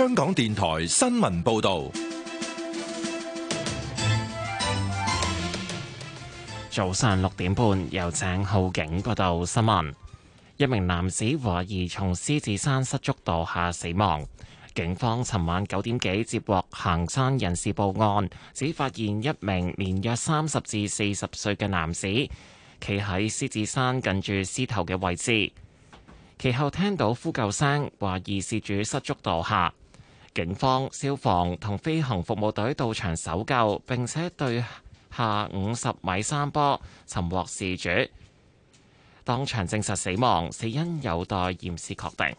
香港電台新聞報道。 早上6點半，由鄭浩景報道新聞。一名男子懷疑從獅子山失足墮下死亡。警方尋晚9點幾接獲行山人士報案，只發現一名年約30至40歲嘅男子企喺獅子山近住獅頭嘅位置。其後聽到呼救聲，懷疑事主失足墮下。警方、消防同飛行服務隊到場搜救，並且對下50米山坡尋獲事主，當場證實死亡，死因有待驗屍確定。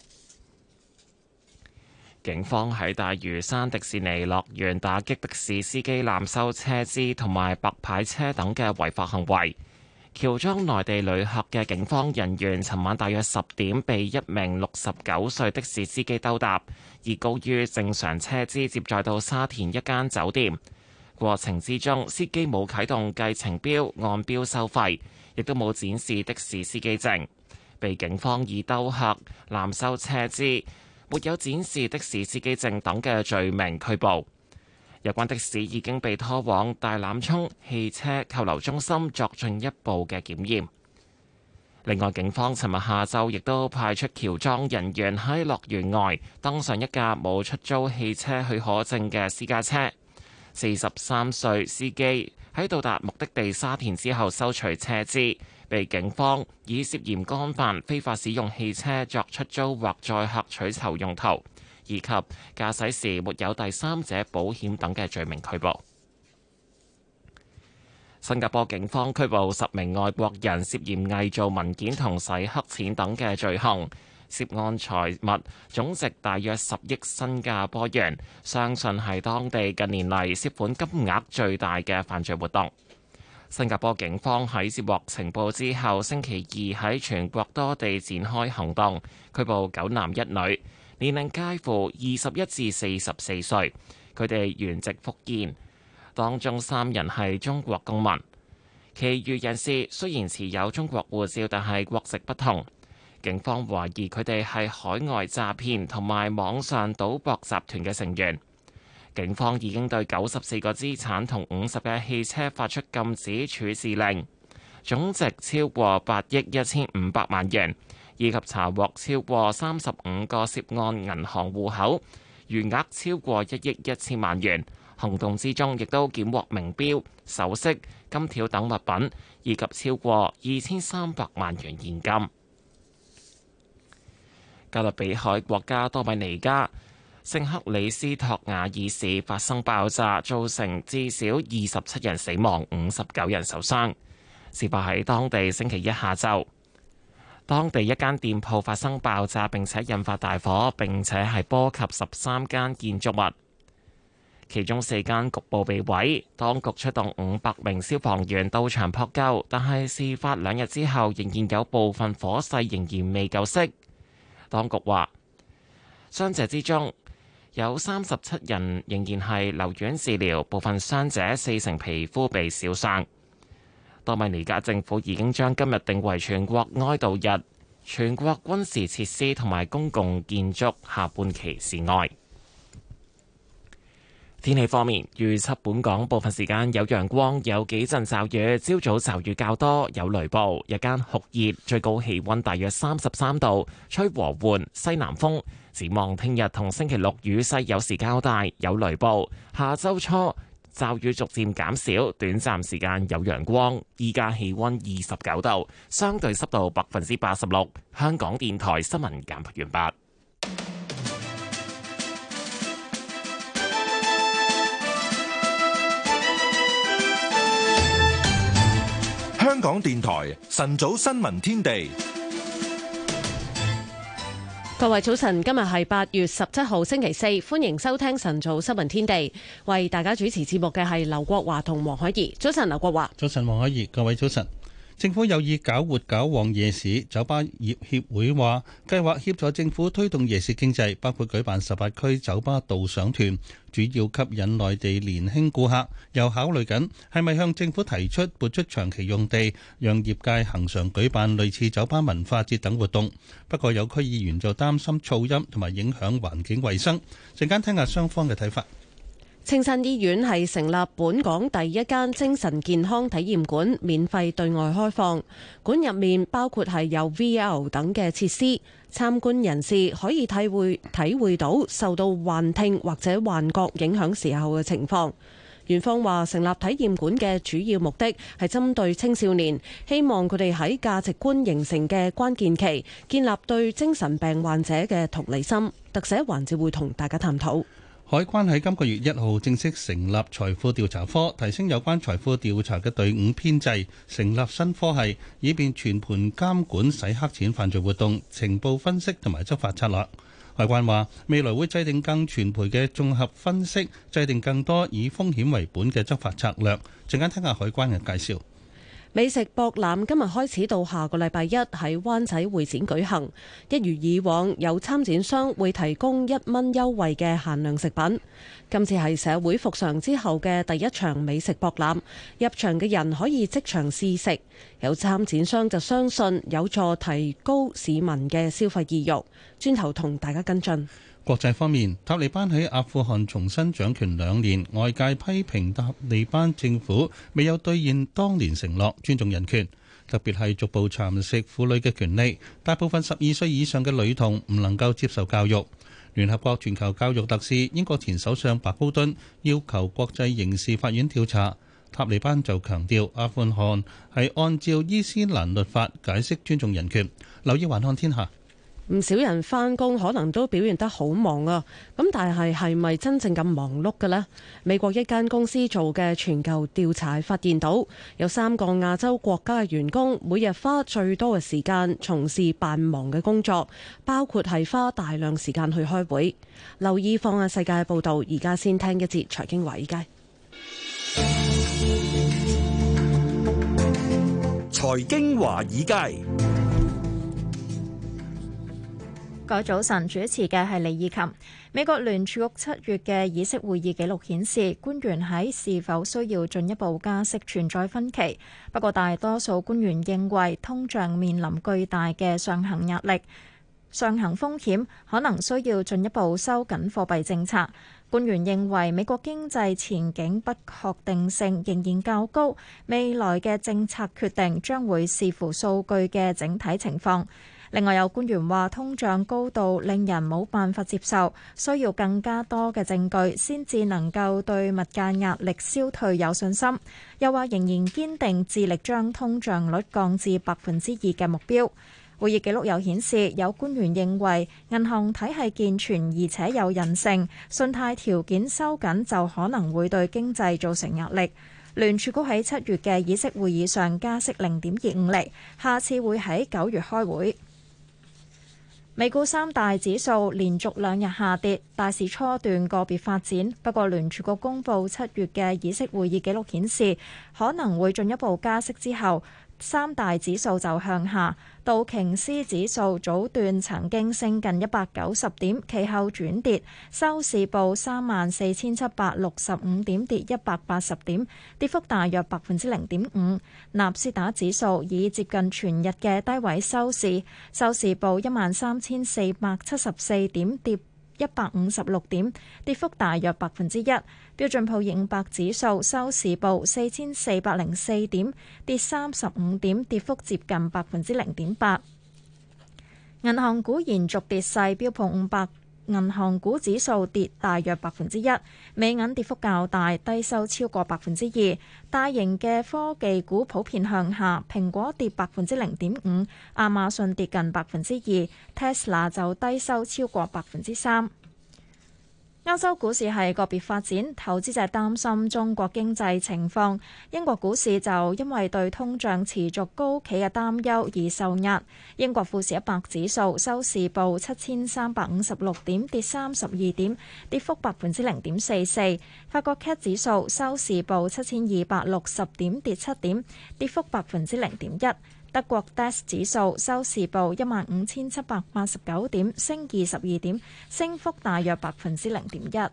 警方喺大嶼山迪士尼樂園打擊的士司機濫收車資同埋白牌車等嘅違法行為。喬裝內地旅客嘅警方人員，尋晚大約10點被一名69歲的士司機兜搭，以高於正常車資接載到沙田一間酒店。過程之中，司機冇啟動計程錶按錶收費，亦都冇展示的士司機證，被警方以兜客、濫收車資、沒有展示的士司機證等嘅罪名拘捕。有關的士已經被拖往大欖涌汽車扣留中心作進一步嘅檢驗。另外，警方尋日下晝亦都派出喬裝人員喺樂園外登上一架冇出租汽車許可證嘅私家車。43歲司機喺到達目的地沙田之後收取車資，被警方以涉嫌干犯非法使用汽車作出租或載客取酬用途，以及駕駛時沒有第三者保險等嘅罪名拘捕。新加坡警方拘捕10名外國人，涉嫌偽造文件同洗黑錢等嘅罪行。涉案財物總值大約10億新加坡元，相信係當地近年嚟涉款金額最大嘅犯罪活動。新加坡警方喺接獲情報之後，星期二喺全國多地展開行動，拘捕9男1女，年齡介乎21至44歲，佢哋原籍福建，當中3人係中國公民，其餘人士雖然持有中國護照，但係國籍不同。警方懷疑佢哋係海外詐騙同埋網上賭博集團嘅成員。警方已經對94個資產同50嘅汽車發出禁止處置令，總值超過8億1500萬元，以及查獲超過35個涉案銀行戶口，餘額超過1億1000萬元。行動之中亦都檢獲名錶、首飾、金條等物品，以及超過2300萬元現金。加勒比海國家多米尼加聖克里斯托瓦爾市發生爆炸，造成至少27人死亡、59人受傷。事發喺當地星期一下晝，當地一間店鋪發生爆炸，並且引發大火，並且係波及13間建築物，其中4間局部被毀。當局出動500名消防員到場撲救，但係事發2日之後，仍然有部分火勢仍然未救熄。當局話，傷者之中有37人仍然係留院治療，部分傷者40%皮膚被燒傷。多米尼加政府已經將今日定為全國哀悼日，全國軍事設施同埋公共建築下半旗示哀。天氣方面，預測本港部分時間有陽光，有幾陣驟雨，朝早驟雨較多，有雷暴，日間酷熱，最高氣溫大約33度，吹和緩西南風。展望聽日同星期六雨勢有時較大，有雷暴。下周初驟雨逐漸減少，短暫時間有陽光。依家氣溫29度，相對濕度86%。香港電台新聞簡報完畢。 香港電台晨早新聞天地， 各位早晨，今日係8月17號星期四，歡迎收聽晨早新聞天地。為大家主持節目嘅係劉國華同黃海怡。早晨，劉國華。 早晨，黃海怡。各位早晨。 政府有意搞活搞旺夜市，酒吧業協會話計劃協助政府推動夜市經濟，包括舉辦18區酒吧導賞團，主要吸引內地年輕顧客。又考慮緊係咪向政府提出撥出長期用地，讓業界恆常舉辦類似酒吧文化節等活動。不過有區議員就擔心噪音同埋影響環境衛生。陣間聽下雙方嘅睇法。 青山醫院係成立本港第一間精神健康體驗館，免費對外開放。館入面包括係有 VR 等嘅設施，參觀人士可以體會到受到幻聽或者幻覺影響時候嘅情況。院方話成立體驗館嘅主要目的係針對青少年，希望佢哋喺價值觀形成嘅關鍵期，建立對精神病患者嘅同理心。特寫環節會同大家探討。 海關喺今個月1號正式成立財富調查科，提升有關財富調查嘅隊伍編制，成立新科系，以便全盤監管洗黑錢犯罪活動、情報分析同埋執法策略。海關話未來會制定更全盤嘅綜合分析，制定更多以風險為本嘅執法策略。陣間聽下海關嘅介紹。 美食博覽今日開始到下個禮拜1喺灣仔會展舉行，一如以往有參展商會提供1蚊優惠嘅限量食品。今次係社會復常之後嘅第一場美食博覽，入場嘅人可以即場試食。有參展商就相信有助提高市民嘅消費意欲。轉頭同大家跟進。 國際方面，塔利班喺阿富汗重新掌權2年，外界批評塔利班政府未有兌現當年承諾，尊重人權，特別係逐步蠶食婦女嘅權利。大部分12歲以上嘅女童唔能夠接受教育。聯合國全球教育特使、英國前首相白高敦要求國際刑事法院調查。塔利班就強調阿富汗係按照伊斯蘭律法解釋尊重人權。留意環看天下。 唔少人返工可能都表現得好忙啊，咁但係咪真正咁忙碌嘅呢？美國一間公司做嘅全球調查發現到，有3個亞洲國家嘅員工每日花最多嘅時間從事扮忙嘅工作，包括係花大量時間去開會。留意放眼世界嘅報導，而家先聽一節財經華爾街。 財經華爾街。 各位早晨，主持嘅係李以琴。美國聯儲局7月嘅議息會議記錄顯示，官員喺是否需要進一步加息存在分歧。不過大多數官員認為通脹面臨巨大嘅上行壓力，上行風險可能需要進一步收緊貨幣政策。官員認為美國經濟前景不確定性仍然較高，未來嘅政策決定將會視乎數據嘅整體情況。另外有官員話通脹高度令人冇辦法接受，需要更加多嘅證據先至能夠對物價壓力消退有信心。又話仍然堅定致力將通脹率降至2%嘅目標。會議記錄又顯示，有官員認為銀行體系健全而且有韌性，信貸條件收緊就可能會對經濟造成壓力。聯儲局喺7月嘅議息會議上加息0.25厘，下次會喺9月開會。美股3大指數連續2日下跌，大市初段個別發展。不過聯儲局公布7月嘅議息會議記錄顯示，可能會進一步加息之後，3大指數就向下。道瓊斯指數早段曾經升近190點，其後轉跌，收市報34,765點，跌180點，跌幅大約0.5%。納斯達指數以接近全日嘅低位收市，收市報13,474點，跌156點，跌幅大約1%。標準普爾500指數收市報4,404點，跌35點，跌幅接近0.8%。銀行股延續跌勢，標普500銀行股指數跌大約1%，美銀跌幅較大，低收超過2%。大型嘅科技股普遍向下，蘋果跌0.5%，亞馬遜跌近2%，Tesla 就低收超過3%。 歐洲股市係個別發展，投資者擔心中國經濟情況。英國股市就因為對通脹持續高企嘅擔憂而受壓。英國富時100指數收市報7356點，跌32點，跌幅0.44%。法國 CAC 指數收市報7260點，跌7點，跌幅0.1%。德國 DAX 指數收市報15789點，升22點，升幅大約0.1%。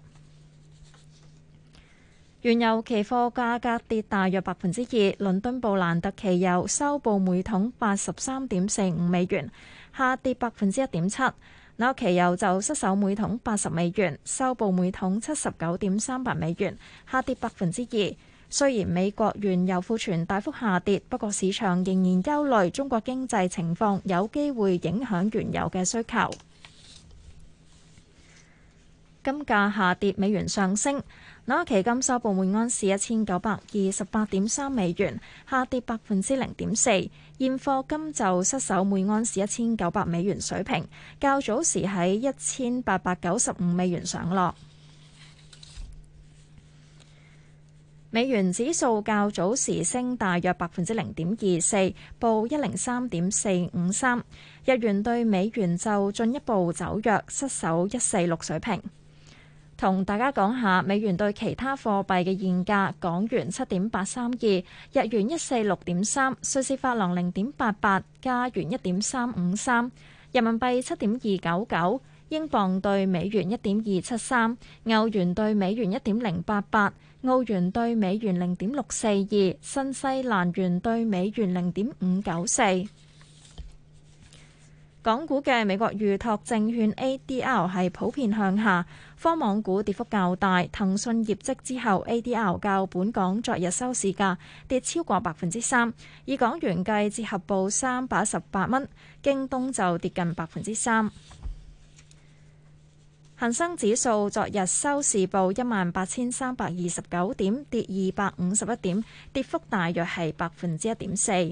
原油期貨價格跌大約2%，倫敦布蘭特期油收報每桶83.45美元，下跌1.7%。紐約期油就失守每桶80美元，收報每桶79.38美元，下跌2%。雖然美國原油庫存大幅下跌，不過市場仍然憂慮中國經濟情況有機會影響原油嘅需求。金價下跌，美元上升。紐約期金收報每安士1928.3美元，下跌0.4%。現貨金就失守每安士1900美元水平，較早時喺1895美元上落。美元指數較早時升大約0.24%，報103.453。日元對美元就進一步走弱，失守146水平。同大家講下美元對其他貨幣嘅現價：港元7.832，日元146.3，瑞士法郎0.88，加元1.353，人民幣7.299，英鎊對美元1.273，歐元對美元1.088。澳元對美元0.642，新西蘭元對美元0.594。港股嘅美國預託證券 ADR 係普遍向下，科網股跌幅較大。騰訊業績之後 ，ADR 較本港昨日收市價跌超過3%，以港元計折合報318蚊。京東就跌近3%。恒生指數昨日收市報18329點，跌251點，跌幅大約係1.4%。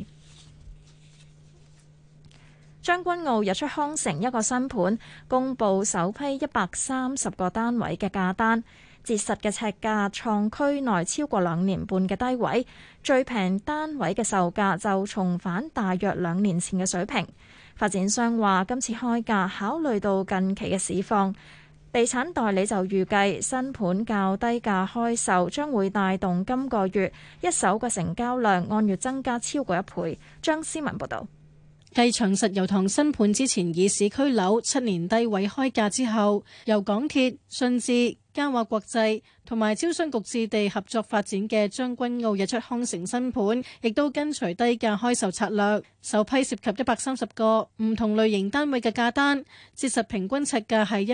將軍澳日出康城一個新盤公布首批130個單位嘅價單，折實嘅尺價創區內超過2年半嘅低位，最平單位嘅售價就重返大約2年前嘅水平。發展商話今次開價考慮到近期嘅市況。地產代理就預計新盤較低價開售將會帶動今個月一手嘅成交量按月增加超過1倍。張思文報導。 繼長實油塘新盤之前以市區樓7年低位開價之後，由港鐵、信置、嘉華國際同埋招商局置地合作發展嘅將軍澳日出康城新盤，亦都跟隨低價開售策略。首批涉及130個唔同類型單位嘅價單，折實平均尺價係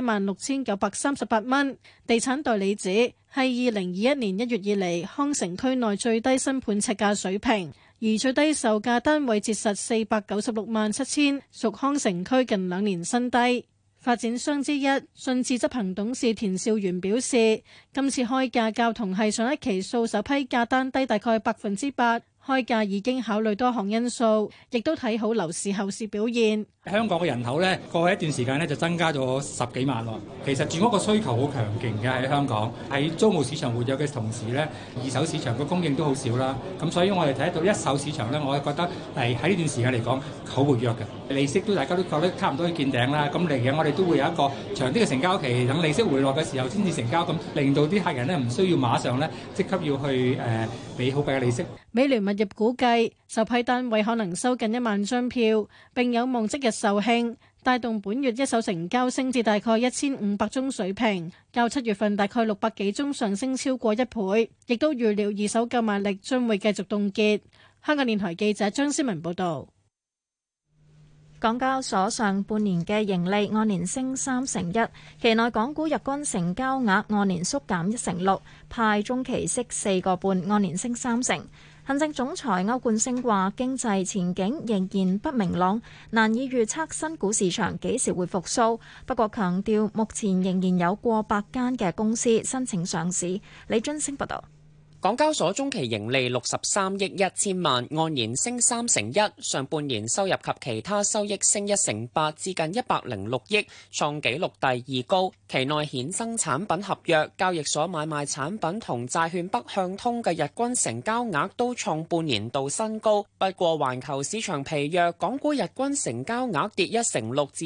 16,938蚊。地產代理指係2021年1月以嚟康城區內最低新盤尺價水平。而最低售價單位折實4967000，屬康城區近2年新低。發展商之一信置執行董事田兆元表示，今次開價較同係上一期數首批價單低大概8%。開價已經考慮多項因素，亦都睇好樓市後市表現。 香港嘅人口呢，過去一段時間呢就增加咗10幾萬喎。其實住屋個需求好強勁嘅喺香港，喺租務市場活躍嘅同時呢，二手市場個供應都好少啦。咁所以我哋睇到一手市場呢，我係覺得係喺呢段時間嚟講好活躍嘅。利息都大家都覺得差唔多要見頂啦。咁嚟緊我哋都會有一個長啲嘅成交期，等利息回落嘅時候先至成交，咁令到啲客人呢唔需要馬上呢即刻要去俾好貴嘅利息。 美聯物業估計首批單位可能收近1萬張票，並有望即日售罄，帶動本月一手成交升至大概1500宗水平，較7月份大概600幾宗上升超過1倍，亦都預料二手購買力將會繼續凍結。香港電台記者張思文報道。 港交所上半年嘅盈利按年升1/3，期內港股日均成交額按年縮減1/6，派中期息4個半，按年升3%。行政總裁歐冠昇話：經濟前景仍然不明朗，難以預測新股市場幾時會復甦。不過強調，目前仍然有過百間嘅公司申請上市。李津升報道。 港交所中期盈利63億1000萬，按年升1%，上半年收入及其他收益升1%8，至近106億，創紀錄第二高。期內衍生產品合約、交易所買賣產品同債券北向通嘅日均成交額都創半年度新高。不過環球市場疲弱，港股日均成交額跌1%6至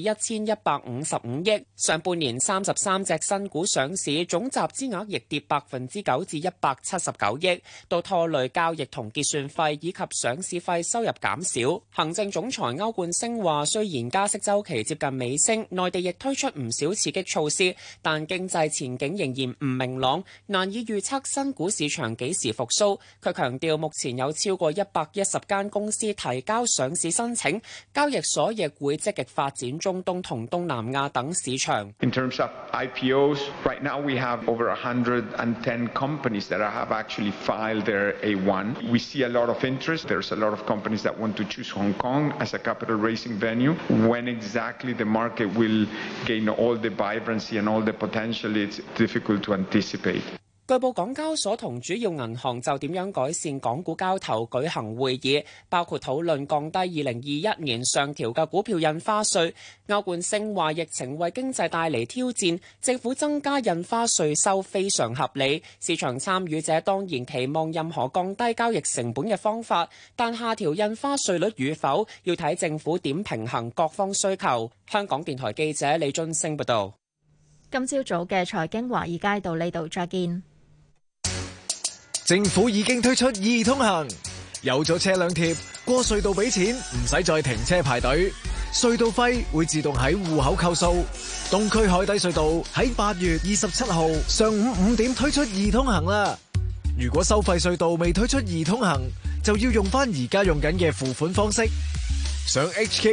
1155億。上半年33隻新股上市，總集資額亦跌9%至179億，都拖累交易同結算費以及上市費收入減少。行政總裁歐冠昇話：雖然加息週期接近尾聲，內地亦推出唔少刺激措施，但經濟前景仍然唔明朗，難以預測新股市場幾時復甦。佢強調，目前有超過110間公司提交上市申請，交易所亦會積極發展中東同東南亞等市場。 In terms of IPOs, right now we have over 110 companies that have actually filed their A1. We see a lot of interest. There's a lot of companies that want to choose Hong Kong as a capital raising venue. When exactly the market will gain all the vibrancy and all the potential, it's difficult to anticipate. 據報，港交所同主要銀行就點樣改善港股交投舉行會議，包括討論降低2021年上調嘅股票印花稅。歐冠昇話：疫情為經濟帶嚟挑戰，政府增加印花稅收非常合理。市場參與者當然期望任何降低交易成本嘅方法，但下調印花稅率與否，要睇政府點平衡各方需求。香港電台記者李津升報導。 今朝早嘅財經華爾街到呢度再見。 政府已經推出易通行，有咗車輛貼，過隧道俾錢，唔使再停車排隊，隧道費會自動喺戶口扣數。東區海底隧道喺8月27號上午5點推出易通行啦。如果收費隧道未推出易通行，就要用返而家用緊嘅付款方式。上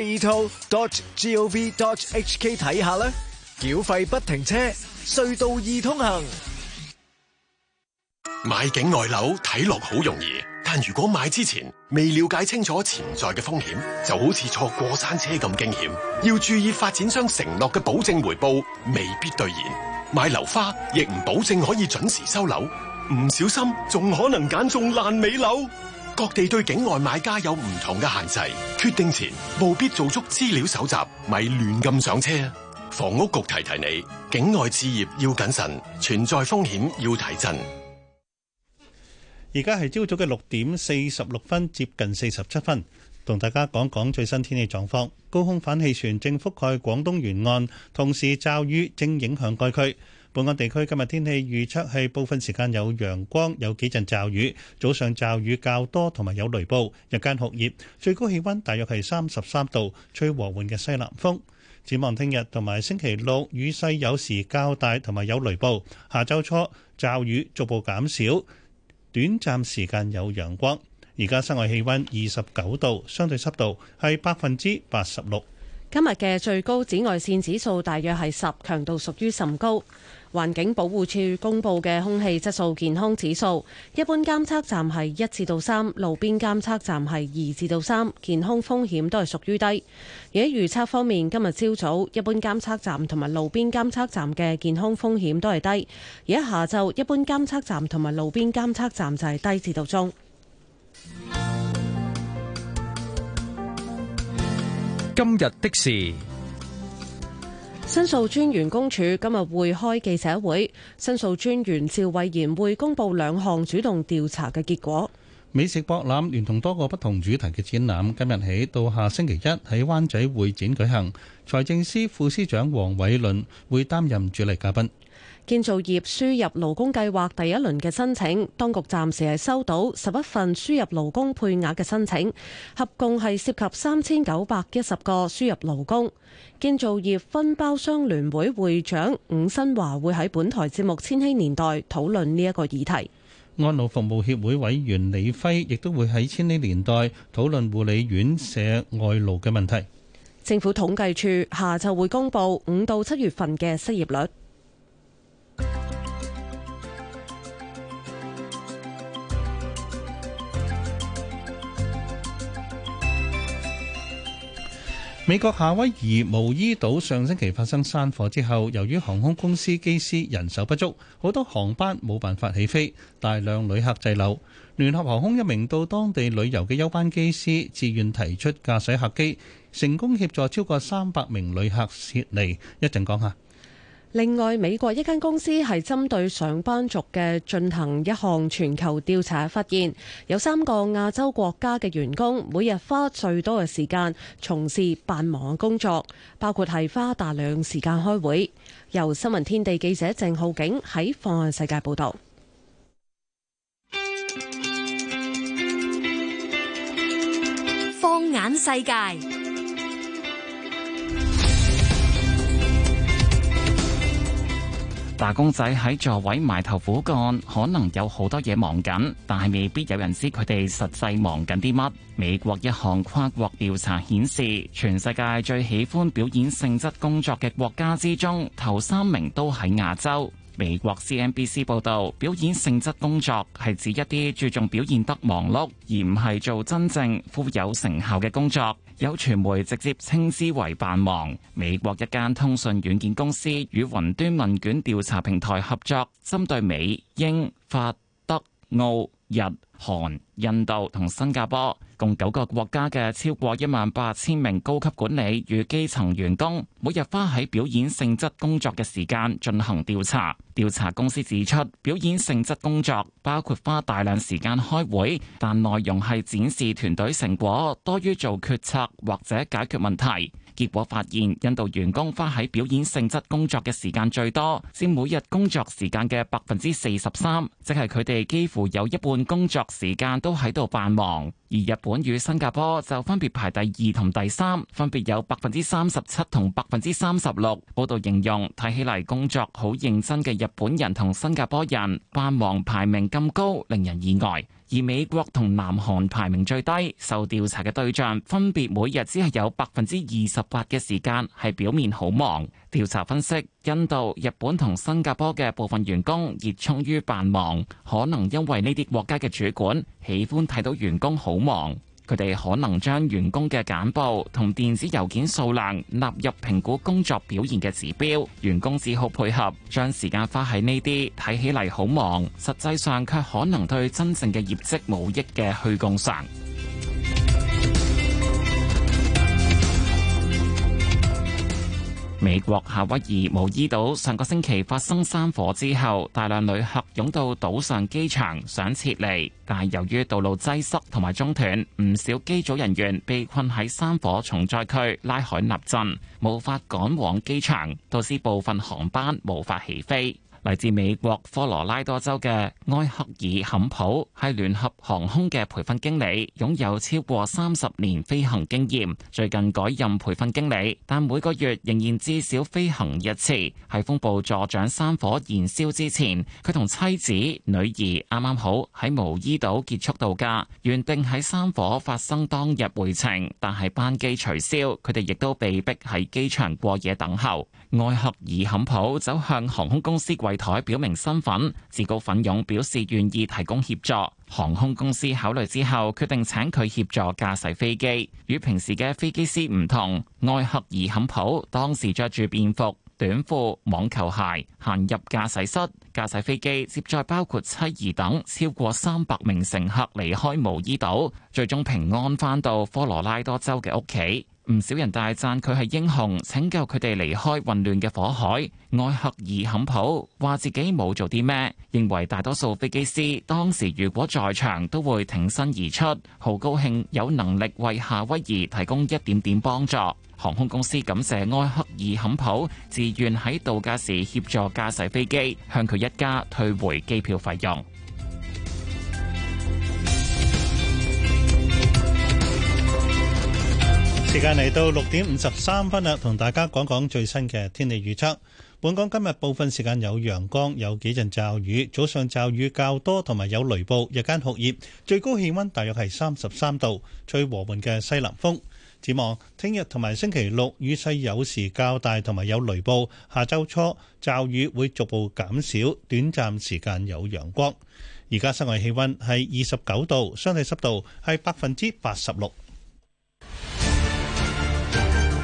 hketoll.gov.hk 睇下啦，繳費不停車，隧道易通行。 買境外樓睇落好容易，但如果買之前未了解清楚潛在嘅風險，就好似坐過山車咁驚險。要注意發展商承諾嘅保證回報未必兌現，買樓花亦唔保證可以準時收樓，唔小心仲可能揀中爛尾樓。各地對境外買家有唔同嘅限制，決定前務必做足資料搜集，咪亂咁上車。房屋局提提你，境外置業要謹慎，存在風險要提振。 而家係朝早嘅6:46，接近47分，同大家講講最新天氣狀況。高空反氣旋正覆蓋廣東沿岸，同時驟雨正影響該區。本港地區今日天氣預測係部分時間有陽光，有幾陣驟雨，早上驟雨較多同埋有雷暴，日間酷熱，最高氣溫大約係33度，吹和緩嘅西南風。展望聽日同埋星期六雨勢有時較大同埋有雷暴，下週初驟雨逐步減少，短暫時間有陽光。而家室外氣溫29度，相對濕度係86%。 今日嘅最高紫外線指數大約係10，強度屬於甚高。環境保護署公布嘅空氣質素健康指數，一般監測站係1至3，路邊監測站係2至3，健康風險都係屬於低。而喺預測方面，今日朝早一般監測站同埋路邊監測站嘅健康風險都係低，而喺下晝一般監測站同埋路邊監測站就係低至到中。 今日的事， 申訴專員公署今日會開記者會，申訴專員趙慧賢會公布2項主動調查嘅結果。 美食博覽聯同多個不同主題嘅展覽，今日起到下星期一喺灣仔會展舉行。財政司副司長黃偉綸會擔任主禮嘉賓。 建造業輸入勞工計劃第一輪嘅申請，當局暫時係收到11份輸入勞工配額嘅申請，合共係涉及3910個輸入勞工。建造業分包商聯會會長伍新華會喺本台節目《千禧年代》討論呢一個議題。 安老服務協會委員李輝亦都會喺《千禧年代》討論護理院舍外勞嘅問題。 政府統計處下晝會公布5到7月份嘅失業率。 美國夏威夷毛伊島上星期發生山火之後，由於航空公司機師人手不足，好多航班冇辦法起飛，大量旅客滯留。聯合航空一名到當地旅遊嘅休班機師自願提出駕駛客機，成功協助超過300名旅客撤離。一陣講下。 另外，美國一間公司係針對上班族嘅進行一項全球調查，發現有3個亞洲國家嘅員工每日花最多嘅時間從事繁忙嘅工作，包括係花大量時間開會。由新聞天地記者鄭浩景喺放眼世界報道。 放眼世界。 打工仔喺座位埋頭苦幹，可能有好多嘢忙緊，但係未必有人知佢哋實際忙緊啲乜。美國一項跨國調查顯示，全世界最喜歡表演性質工作嘅國家之中，頭3名都喺亞洲。美國 CNBC 報導，表演性質工作係指一啲注重表現得忙碌，而唔係做真正富有成效嘅工作。有傳媒直接稱之為扮忙。美國一間通訊軟件公司與雲端問卷調查平台合作，針對美、英、法、德、澳、日、韓、印度同新加坡共9個國家嘅超過18000名高級管理與基層員工，每日花喺表演性質工作嘅時間進行調查。調查公司指出，表演性質工作包括花大量時間開會，但內容係展示團隊成果多於做決策或者解決問題。結果發現，印度員工花喺表演性質工作嘅時間最多，佔每日工作時間嘅43%，即係佢哋幾乎有一半工作時間都喺度扮忙。而日本與新加坡就分別排第2同第3，分別有37%同36%。報道形容睇起嚟工作好認真嘅日本人同新加坡人扮忙排名咁高，令人意外。而美國同南韓排名最低，受調查嘅對象分別每日只係有28%嘅時間係表面好忙。調查分析，印度、日本同新加坡嘅部分員工熱衷於扮忙，可能因為呢啲國家嘅主管喜歡睇到員工好忙。佢哋可能將員工嘅簡報同電子郵件數量納入評估工作表現嘅指標，員工只好配合，將時間花喺呢啲睇起嚟好忙，實際上卻可能對真正嘅業績冇益嘅虛工上。美國夏威夷毛伊島上個星期發生山火之後，大量旅客湧到島上機場想撤離，但係由於道路擠塞同埋中斷，唔少機組人員被困喺山火重災區拉海納鎮，無法趕往機場，導致部分航班無法起飛。嚟自美國科羅拉多州嘅埃克爾坎普係聯合航空嘅培訓經理，擁有超過30年飛行經驗。最近改任培訓經理，但每個月仍然至少飛行1次。喺風暴助長山火燃燒之前，佢同妻子、女兒啱啱好喺毛伊島結束度假，原定喺山火發生當日回程，但係班機取消，佢哋亦都被逼喺機場過夜等候。埃克爾坎普走向航空公司櫃台表明身份，自告奮勇表示願意提供協助。航空公司考慮之後，決定請佢協助駕駛飛機。與平時嘅飛機師唔同，埃克爾坎普當時着住便服、短褲、網球鞋行入駕駛室，駕駛飛機接載包括妻兒等超過300名乘客離開毛伊島，最終平安返到科羅拉多州嘅屋企。唔少人大讚佢係英雄，拯救佢哋離開混亂嘅火海。埃克爾坎普話自己冇做啲咩，認為大多數飛機師當時如果在場都會挺身而出，好高興有能力為夏威夷提供一點點幫助。航空公司感謝埃克爾坎普自願喺度假時協助駕駛飛機，向佢一家退回機票費用。 時間嚟到6:53啦，同大家講講最新嘅天氣預測。本港今日部分時間有陽光，有幾陣驟雨，早上驟雨較多，同埋有雷暴，日間酷熱，最高氣溫大約係33度，吹和緩嘅西南風。展望聽日同埋星期六雨勢有時較大，同埋有雷暴，下周初驟雨會逐步減少，短暫時間有陽光。而家室外氣溫係29度，相對濕度係86%。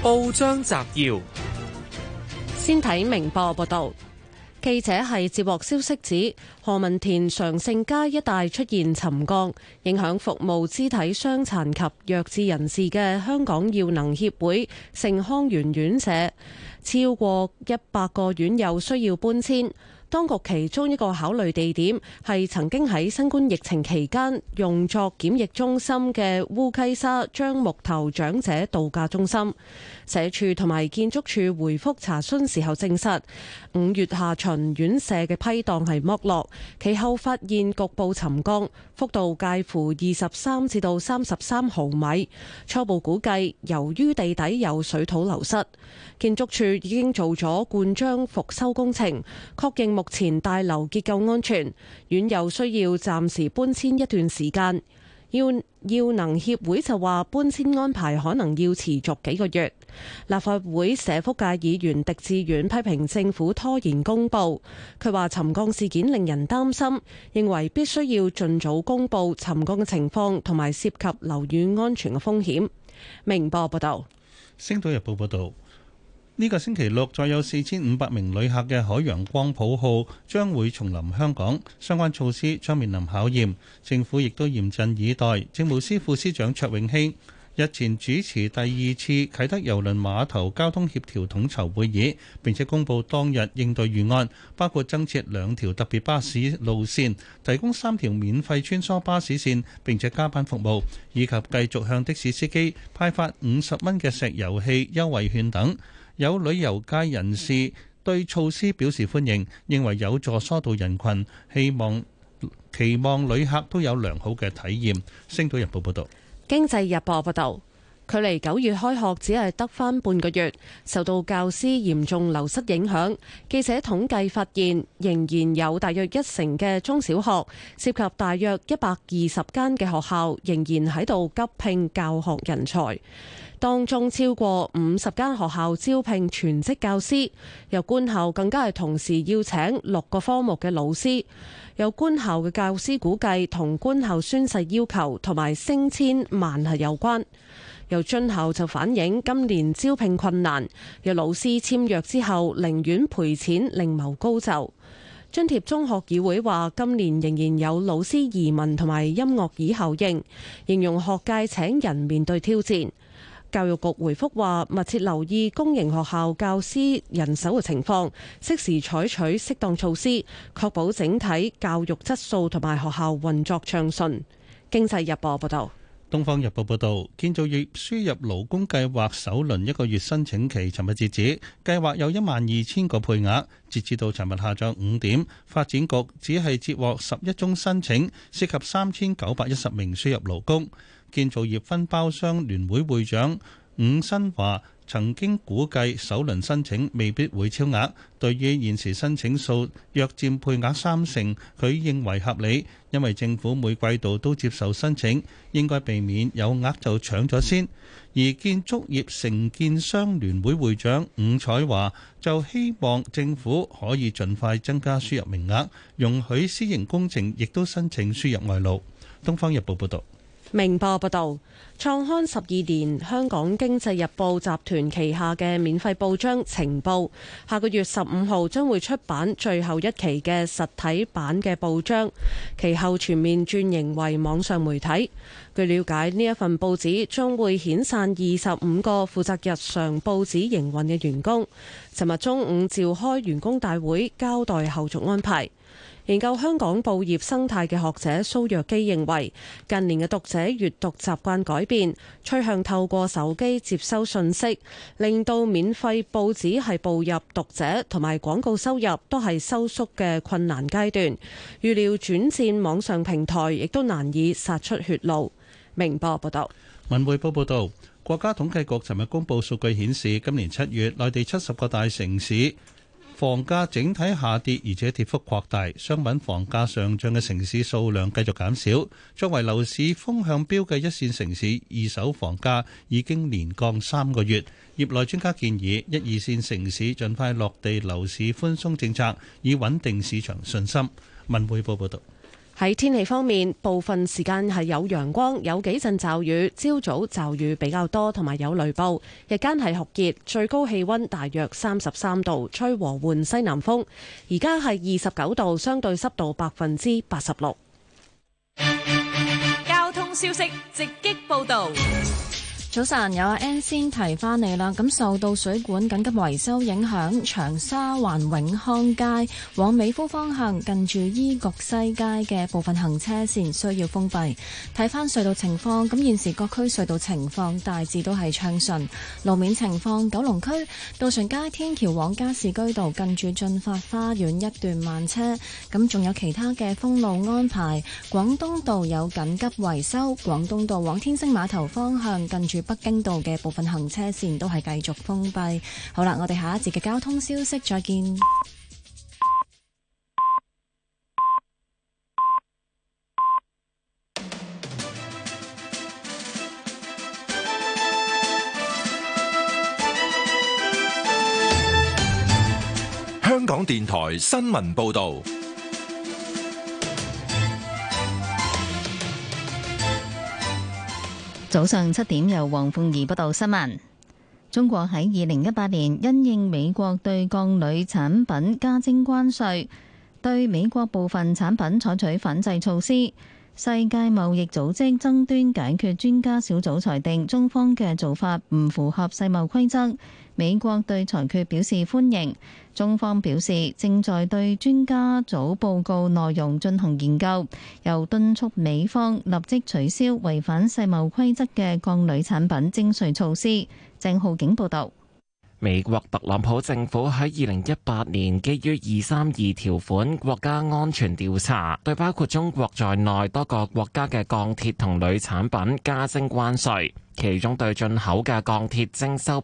報章摘要： 先睇明報報道。記者係接獲消息指，何文田常盛街一帶出現沉降，影響服務肢體傷殘及弱智人士嘅香港耀能協會盛康園院舍，超過100個院友需要搬遷。當局其中一個考慮地點係曾經喺新冠疫情期間用作檢疫中心嘅烏溪沙樟木頭長者度假中心。社署同埋建築署回覆查詢時候證實，5月下旬院舍嘅批盪係剝落，其後發現局部沉降，幅度介乎23至到33毫米。初步估計，由於地底有水土流失，建築署已經做咗灌漿復修工程，確認目前大樓結構安全，院友需要暫時搬遷一段時間。耀能協會就話搬遷安排可能要持續幾個月。立法會社福界議員狄志遠批評政府拖延公佈，佢話沉降事件令人擔心，認為必須要盡早公佈沉降嘅情況同埋涉及樓宇安全嘅風險。明報報道。 星島日報報道。呢個星期六，再有4500名旅客嘅海洋光譜號將會重臨香港，相關措施將面臨考驗。政府亦都嚴陣以待。政務司副司長卓永興日前主持第2次啟德郵輪碼頭交通協調統籌會議，並且公布當日應對預案，包括增設2條特別巴士路線，提供3條免費穿梭巴士線，並且加班服務，以及繼續向的士司機派發50蚊嘅石油氣優惠券等。有旅遊界人士對措施表示歡迎，認為有助疏導人群，期望旅客都有良好嘅體驗。星島日報報道。 經濟日報報道，距離9月開學只係得返半個月，受到教師嚴重流失影響，記者統計發現，仍然有大約1成嘅中小學，涉及大約120間嘅學校，仍然喺度急聘教學人才。當中超過50間學校招聘全職教師，有官校更加係同時要請6個科目嘅老師。有官校嘅教師估計同官校宣誓要求同埋升遷慢係有關。有津校就反映今年招聘困難，有老師簽約之後寧願賠錢另謀高就。津貼中學議會話今年仍然有老師移民同埋音樂椅效應，形容學界請人面對挑戰。教育局回覆話，密切留意公營學校教師人手嘅情況，適時採取適當措施，確保整體教育質素同埋學校運作暢順。經濟日報報道。 東方日報報導，建造業輸入勞工計劃首輪1個月申請期尋日截止，計劃有12000個配額，截至到尋日下晝5點，發展局只係接獲11宗申請，涉及3910名輸入勞工。建造業分包商聯會會長伍新華曾經估計首輪申請未必會超額，對於現時申請數約佔配額30%，佢認為合理，因為政府每季度都接受申請，應該避免有額就搶咗先。而建築業承建商聯會會長伍彩華就希望政府可以盡快增加輸入名額，容許私營工程亦都申請輸入外勞。東方日報報道。 明報報道，創刊12年香港經濟日報集團旗下嘅免費報章《晴報》，下個月15號將會出版最後一期嘅實體版嘅報章，其後全面轉型為網上媒體。據了解，呢一份報紙將會遣散25個負責日常報紙營運嘅員工。尋日中午召開員工大會，交代後續安排。研究香港報業生態嘅學者蘇若基認為，近年嘅讀者閱讀習慣改變，趨向透過手機接收信息，令到免費報紙係步入讀者同埋廣告收入都係收縮嘅困難階段。預料轉戰網上平台，亦都難以殺出血路。明報報道。 文匯報報道，國家統計局尋日公布數據顯示，今年7月內地70個大城市房價整體下跌，而且跌幅擴大，商品房價上漲嘅城市數量繼續減少。作為樓市風向標嘅一線城市，二手房價已經連降3個月。業內專家建議，1、2線城市盡快落地樓市寬鬆政策，以穩定市場信心。文匯報報道。 喺天氣方面，部分時間係有陽光，有幾陣驟雨，朝早驟雨比較多，同埋有雷暴。日間係酷熱，最高氣溫大約33度，吹和緩西南風。而家係29度，相對濕度86%。 交通消息直擊報道。 早晨，有阿 N 先提翻你啦。咁受到水管緊急維修影響，長沙灣永康街往美孚方向近住醫局西街嘅部分行車線需要封閉。睇翻隧道情況，咁現時各區隧道情況大致都係暢順。路面情況，九龍區渡船街天橋往加士居道近住進發花園一段慢車。咁仲有其他嘅封路安排。廣東道有緊急維修，廣東道往天星碼頭方向近住北京道嘅部分行車線都係繼續封閉。好啦，我哋下一節嘅交通消息再見。 香港電台新聞報道。 早上7點，由黃鳳儀報道新聞。中國喺2018年因應美國對鋼鋁產品加徵關稅，對美國部分產品採取反制措施。世界貿易組織爭端解決專家小組裁定，中方嘅做法唔符合世貿規則。美國對裁決表示歡迎。中方表示正在對專家組報告內容進行研究，又敦促美方立即取消違反世貿規則嘅鋼鋁產品徵稅措施。鄭浩景報導。 美國特朗普政府喺2018年基於232條款國家安全調查，對包括中國在內多個國家嘅鋼鐵同鋁產品加徵關稅。其中對進口嘅鋼鐵徵收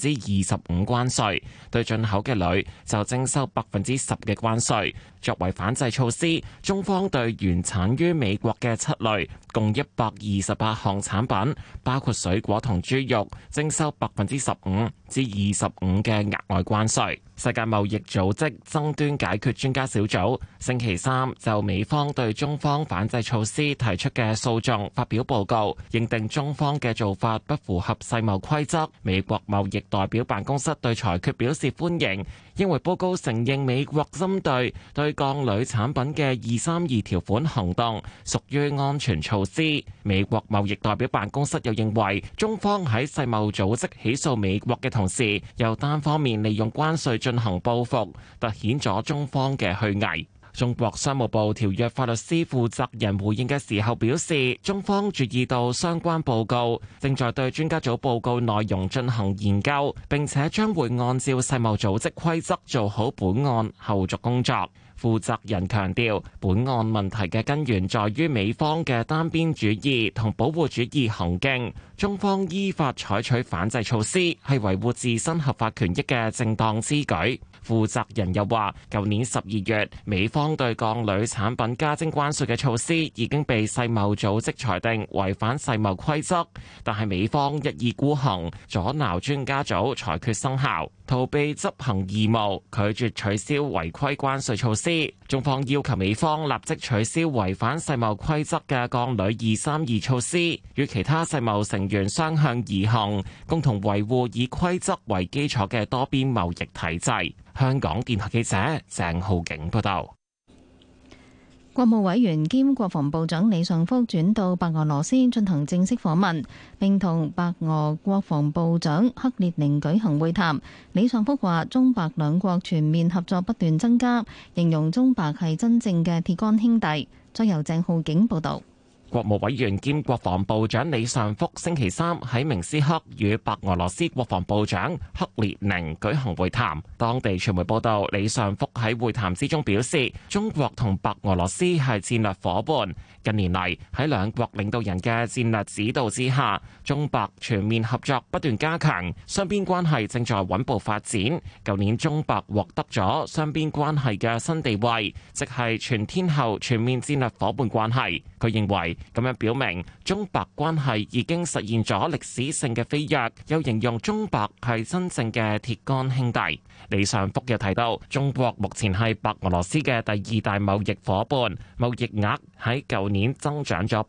25%關稅，對進口嘅鋁就徵收10%嘅關稅。作為反制措施，中方對原產於美國嘅7類共128項產品，包括水果同豬肉，徵收15%至25%嘅額外關稅。世界貿易組織爭端解決專家小組星期三就美方對中方反制措施提出嘅訴訟發表報告，認定中方嘅做法不符合世貿規則。美國貿易代表辦公室對裁決表示歡迎，認為報告承認美國針對鋼鋁產品嘅232條款行動屬於安全措施。美國貿易代表辦公室又認為中方喺世貿組織起訴美國嘅同時，又單方面利用關稅進行報復，凸顯咗中方嘅虛偽。中國商務部條約法律司負責人回應嘅時候表示，中方注意到相關報告，正在對專家組報告內容進行研究，並且將會按照世貿組織規則做好本案後續工作。負責人強調，本案問題嘅根源在於美方嘅單邊主義同保護主義行徑，中方依法採取反制措施，係維護自身合法權益嘅正當之舉。負責人又話，舊年12月，美方對鋼鋁產品加徵關稅嘅措施已經被世貿組織裁定違反世貿規則，但係美方一意孤行，阻撓專家組裁決生效，逃避執行義務，拒絕取消違規關稅措施。中方要求美方立即取消違反世貿規則嘅鋼鋁232措施，與其他世貿成員相向而行，共同維護以規則為基礎嘅多邊貿易體制。香港電台記者鄭浩景報道。 國務委員兼國防部長李尚福轉到白俄羅斯進行正式訪問，並同白俄國防部長克列寧舉行會談。李尚福話，中白兩國全面合作不斷增加，形容中白係真正嘅鐵桿兄弟。再由鄭浩景報道。 國務委員兼國防部長李尚福星期三喺明斯克與白俄羅斯國防部長克列寧舉行會談。當地傳媒報道，李尚福喺會談之中表示，中國同白俄羅斯係戰略夥伴。近年嚟，喺兩國領導人嘅戰略指導之下，中白全面合作不斷加強，雙邊關係正在穩步發展。舊年中白獲得咗雙邊關係嘅新地位，即係全天候全面戰略夥伴關係。佢認為咁樣表明中白關係已經實現咗歷史性嘅飛躍，又形容中白係真正嘅鐵桿兄弟。 李尚福又提到，中國目前係白俄羅斯嘅第二大貿易夥伴，貿易額喺舊年增長咗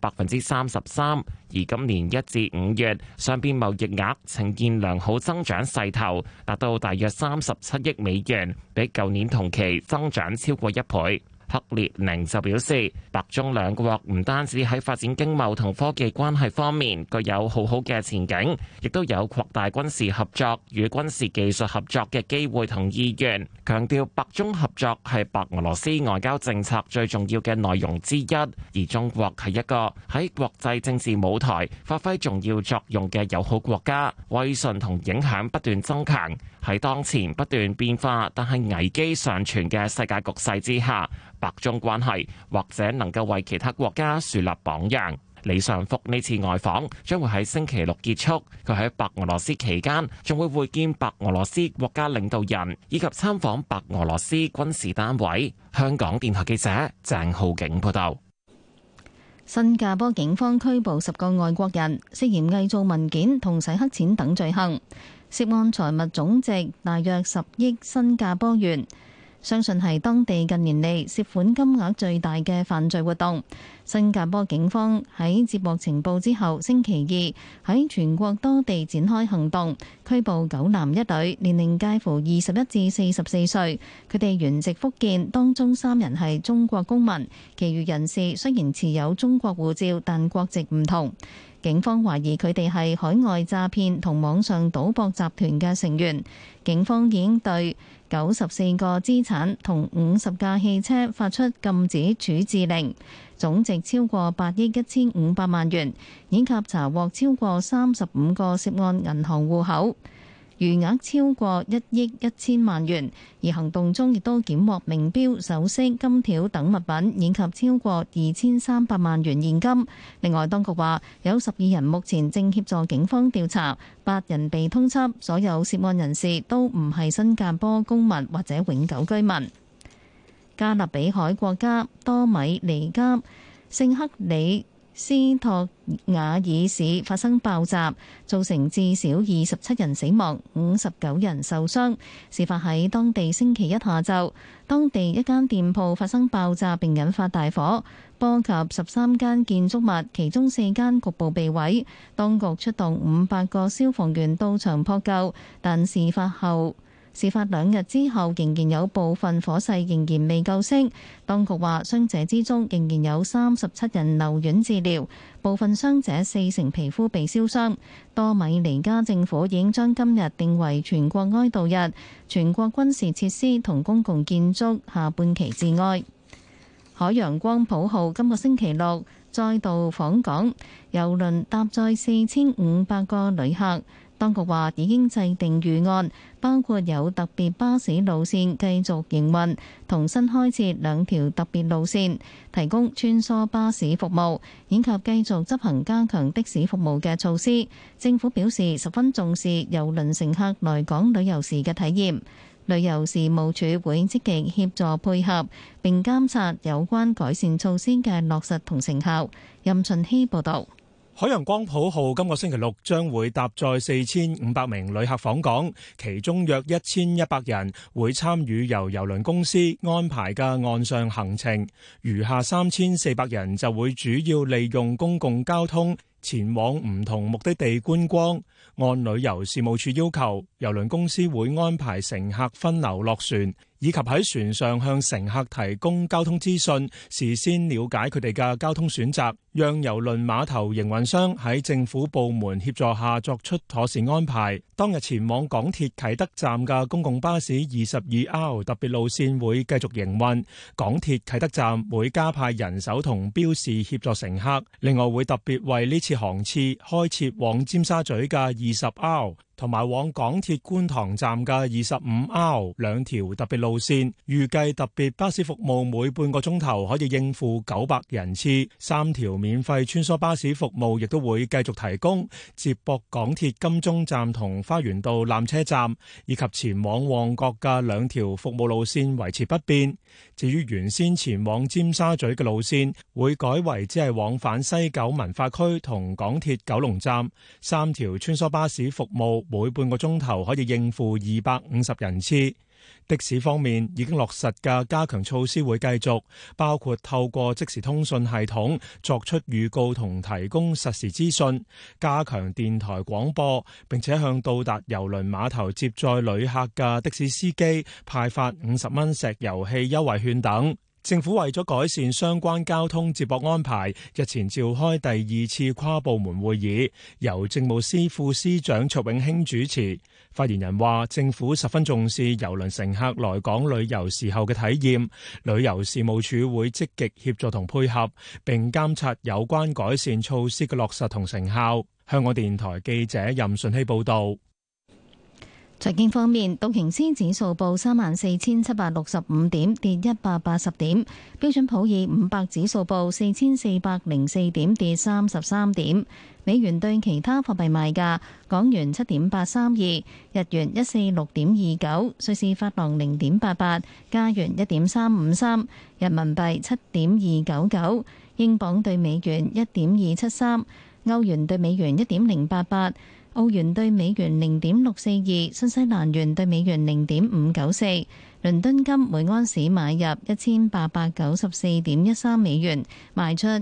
33%，而今年1至5月雙邊貿易額呈現良好增長勢頭，達到大約37億美元，比舊年同期增長超過1倍。克列寧就表示，白中兩國唔單止喺發展經貿同科技關係方面具有好好嘅前景，亦都有擴大軍事合作與軍事技術合作嘅機會同意願，強調白中合作係白俄羅斯外交政策最重要嘅內容之一，而中國係一個喺國際政治舞台發揮重要作用嘅友好國家，威信同影響不斷增強。喺當前不斷變化但係危機尚存嘅世界局勢之下，白中關係或者能夠為其他國家樹立榜樣。李尚福呢次外訪將會喺星期六結束，佢喺白俄羅斯期間仲會會見白俄羅斯國家領導人以及參訪白俄羅斯軍事單位。香港電台記者鄭浩景報道。 新加坡警方拘捕10個外國人，涉嫌偽造文件同洗黑錢等罪行，涉案財物總值大約10億新加坡元，相信係當地近年嚟涉款金額最大嘅犯罪活動。新加坡警方喺接獲情報之後，星期二喺全國多地展開行動，拘捕9男1女，年齡介乎21至44歲。佢哋原籍福建，當中3人係中國公民，其餘人士雖然持有中國護照，但國籍唔同。警方懷疑佢哋係海外詐騙同網上賭博集團嘅成員。警方已經對94個資產同50架汽車發出禁止處置令，總值超過8億1500萬元，以及查獲超過35個涉案銀行戶口，餘額超過1億1000萬元。而行動中亦都檢獲名錶、首飾、金條等物品，以及超過2300萬元現金。另外，當局話有12人目前正協助警方調查，8人被通緝，所有涉案人士都唔係新加坡公民或者永久居民。加勒比海國家多米尼加聖克里斯托瓦爾市發生爆炸，造成至少27人死亡、59人受傷。事發喺當地星期一下晝，當地一間店鋪發生爆炸並引發大火，波及13間建築物，其中4間局部被毀。當局出動500個消防員到場撲救，但事發2日之後，仍然有部分火勢仍然未救熄。當局話，傷者之中仍然有37人留院治療，部分傷者40%皮膚被燒傷。多米尼加政府已經將今日定為全國哀悼日，全國軍事設施同公共建築下半旗致哀。海洋光譜號今個星期六再度訪港，郵輪搭載4500個旅客。當局話已經制定預案，包括有特別巴士路線繼續營運，同新開設2條特別路線，提供穿梭巴士服務，以及繼續執行加強的士服務嘅措施。政府表示十分重視郵輪乘客來港旅遊時嘅體驗，旅遊事務署會積極協助配合，並監察有關改善措施嘅落實同成效。任順希報導。 海洋光譜號今個星期六將會搭載4500名旅客訪港，其中約1100人會參與由郵輪公司安排嘅岸上行程，餘下3400人就會主要利用公共交通前往唔同目的地觀光。按旅遊事務處要求，郵輪公司會安排乘客分流落船，以及喺船上向乘客提供交通資訊，事先了解佢哋嘅交通選擇，讓郵輪碼頭營運商喺政府部門協助下作出妥善安排。當日前往港鐵啟德站嘅公共巴士 22R 特別路線會繼續營運，港鐵啟德站會加派人手同標示協助乘客，另外會特別為呢次航次開設往尖沙咀嘅20R同埋往港鐵觀塘站嘅25R 2條特別路線，預計特別巴士服務每半個鐘頭可以應付900人次，3條免費穿梭巴士服務亦都會繼續提供，接駁港鐵金鐘站同花園道纜車站，以及前往旺角嘅2條服務路線維持不變。至於原先前往尖沙咀嘅路線，會改為只係往返西九文化區同港鐵九龍站，3條穿梭巴士服務每半個鐘頭可以應付250人次。 的士方面已經落實嘅加強措施會繼續，包括透過即時通訊系統作出預告同提供實時資訊，加強電台廣播，並且向到達郵輪碼頭接載旅客嘅的士司機派發50蚊石油氣優惠券等。政府為咗改善相關交通接駁安排，日前召開第2次跨部門會議，由政務司副司長卓永興主持。發言人話，政府十分重視郵輪乘客來港旅遊時候嘅體驗，旅遊事務署會積極協助同配合，並監察有關改善措施嘅落實同成效。香港電台記者任順希報導。 財經方面，道瓊斯指數報34,765點，跌180點；標準普爾500指數報4,404點，跌33點。美元對其他貨幣賣價：港元7.832，日元146.29，瑞士法郎0.88，加元1.353，人民幣7.299，英鎊對美元1.273，歐元對美元1.088。澳元對美元0.642，新西蘭元對美元0.594，倫敦金每安士買入1894.13美元，賣出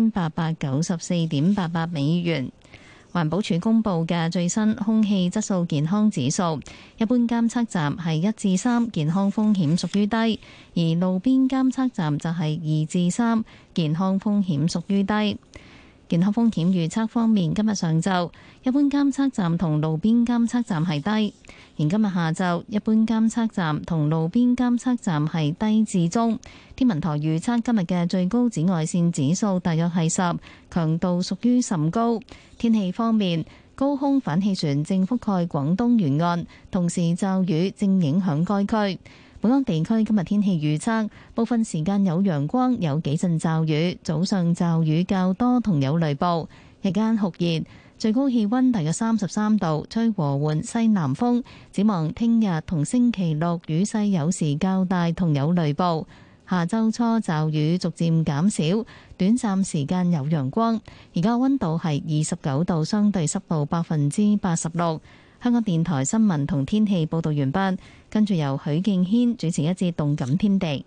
1894.88美元。環保署公布嘅最新空氣質素健康指數，一般監測站係1至3，健康風險屬於低；而路邊監測站就係2至3，健康風險屬於低。健康風險預測方面，今日上晝一般監測站同路邊監測站係低，而今日下晝一般監測站同路邊監測站係低至中。天文台預測今日嘅最高紫外線指數大約係10，強度屬於甚高。天氣方面，高空反氣旋正覆蓋廣東沿岸，同時驟雨正影響該區。本港地區今日天氣預測，部分時間有陽光，有幾陣驟雨，早上驟雨較多同有雷暴，日間酷熱，最高氣溫大約33度，吹和緩西南風。展望聽日同星期六雨勢有時較大同有雷暴，下週初驟雨逐漸減少，短暫時間有陽光。而家溫度係29度，相對濕度86%。香港電台新聞同天氣報道完畢，跟住由許敬軒主持一節動感天地。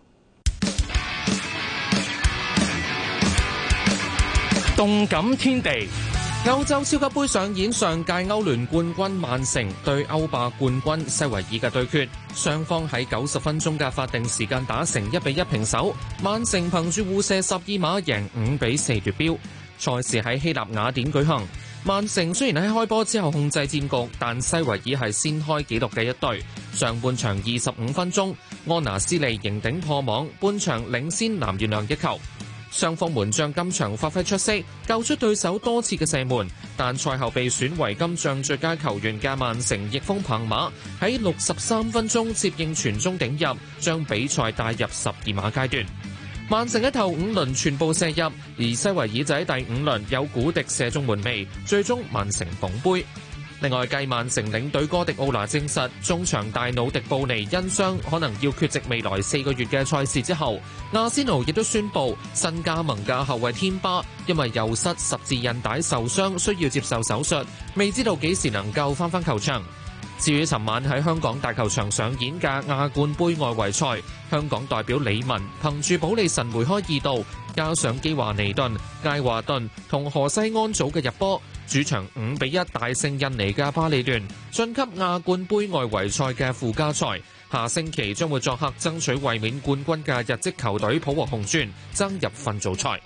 動感天地，歐洲超級杯上演上屆歐聯冠軍曼城對歐霸冠軍西維爾嘅對決，雙方喺90分鐘嘅法定時間打成1-1平手，曼城憑住互射12碼贏5-4奪標。賽事喺希臘雅典舉行。曼城雖然喺開波之後控制戰局，但西維爾係先開紀錄嘅一隊。上半場25分鐘，安拿斯利迎頂破網，半場領先藍月亮1球。雙方門將今場發揮出色，救出對手多次嘅射門，但賽後被選為今仗最佳球員嘅曼城翼鋒彭馬喺63分鐘接應傳中頂入，將比賽帶入12碼階段。曼城喺頭5輪全部射入，而西維爾就喺第5輪有古迪射中門楣，最終曼城捧杯。另外，繼曼城領隊哥迪奧拿證實中場大腦迪布尼因傷可能要缺席未來4個月嘅賽事之後，阿仙奴亦都宣布新加盟嘅後衛天巴因為右膝十字韌帶受傷，需要接受手術，未知道幾時能夠返球場。至於尋晚喺香港大球場上演嘅亞冠杯外圍賽，香港代表李文憑住保利神梅開2度，加上基華尼頓、艾華頓同何西安組嘅入波，主場5-1大勝印尼嘅巴里聯，晉級亞冠杯外圍賽嘅附加賽。下星期將會作客爭取衛冕冠軍嘅日職球隊浦和紅鑽，爭入分組賽。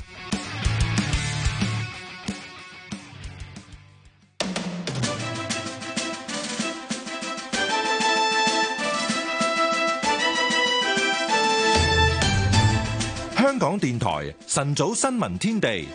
香港電台晨早新聞天地，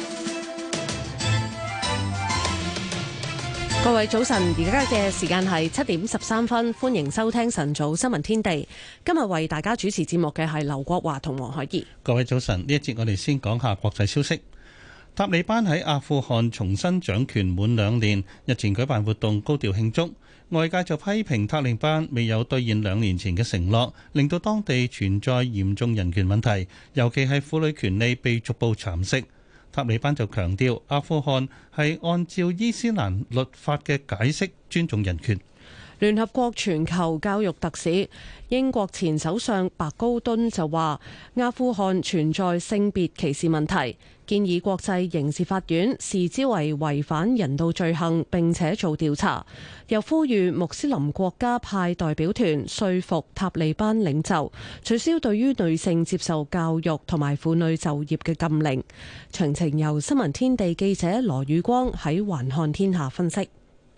各位早晨，而家嘅時間係7:13，歡迎收聽晨早新聞天地。今日為大家主持節目嘅係劉國華同黃海怡。 各位早晨，呢一節我哋先講下國際消息。塔利班喺阿富汗重新掌權滿2年，日前舉辦活動高調慶祝。外界就批評塔利班未有兌現2年前嘅承諾，令到當地存在嚴重人權問題，尤其係婦女權利被逐步蠶食。塔利班就強調阿富汗係按照伊斯蘭律法嘅解釋尊重人權。 聯合國全球教育特使、英國前首相白高敦就話，阿富汗存在性別歧視問題，建議國際刑事法院視之為違反人道罪行，並且做調查。又呼籲穆斯林國家派代表團說服塔利班領袖取消對於女性接受教育同埋婦女就業嘅禁令。詳情由新聞天地記者羅宇光喺環看天下分析。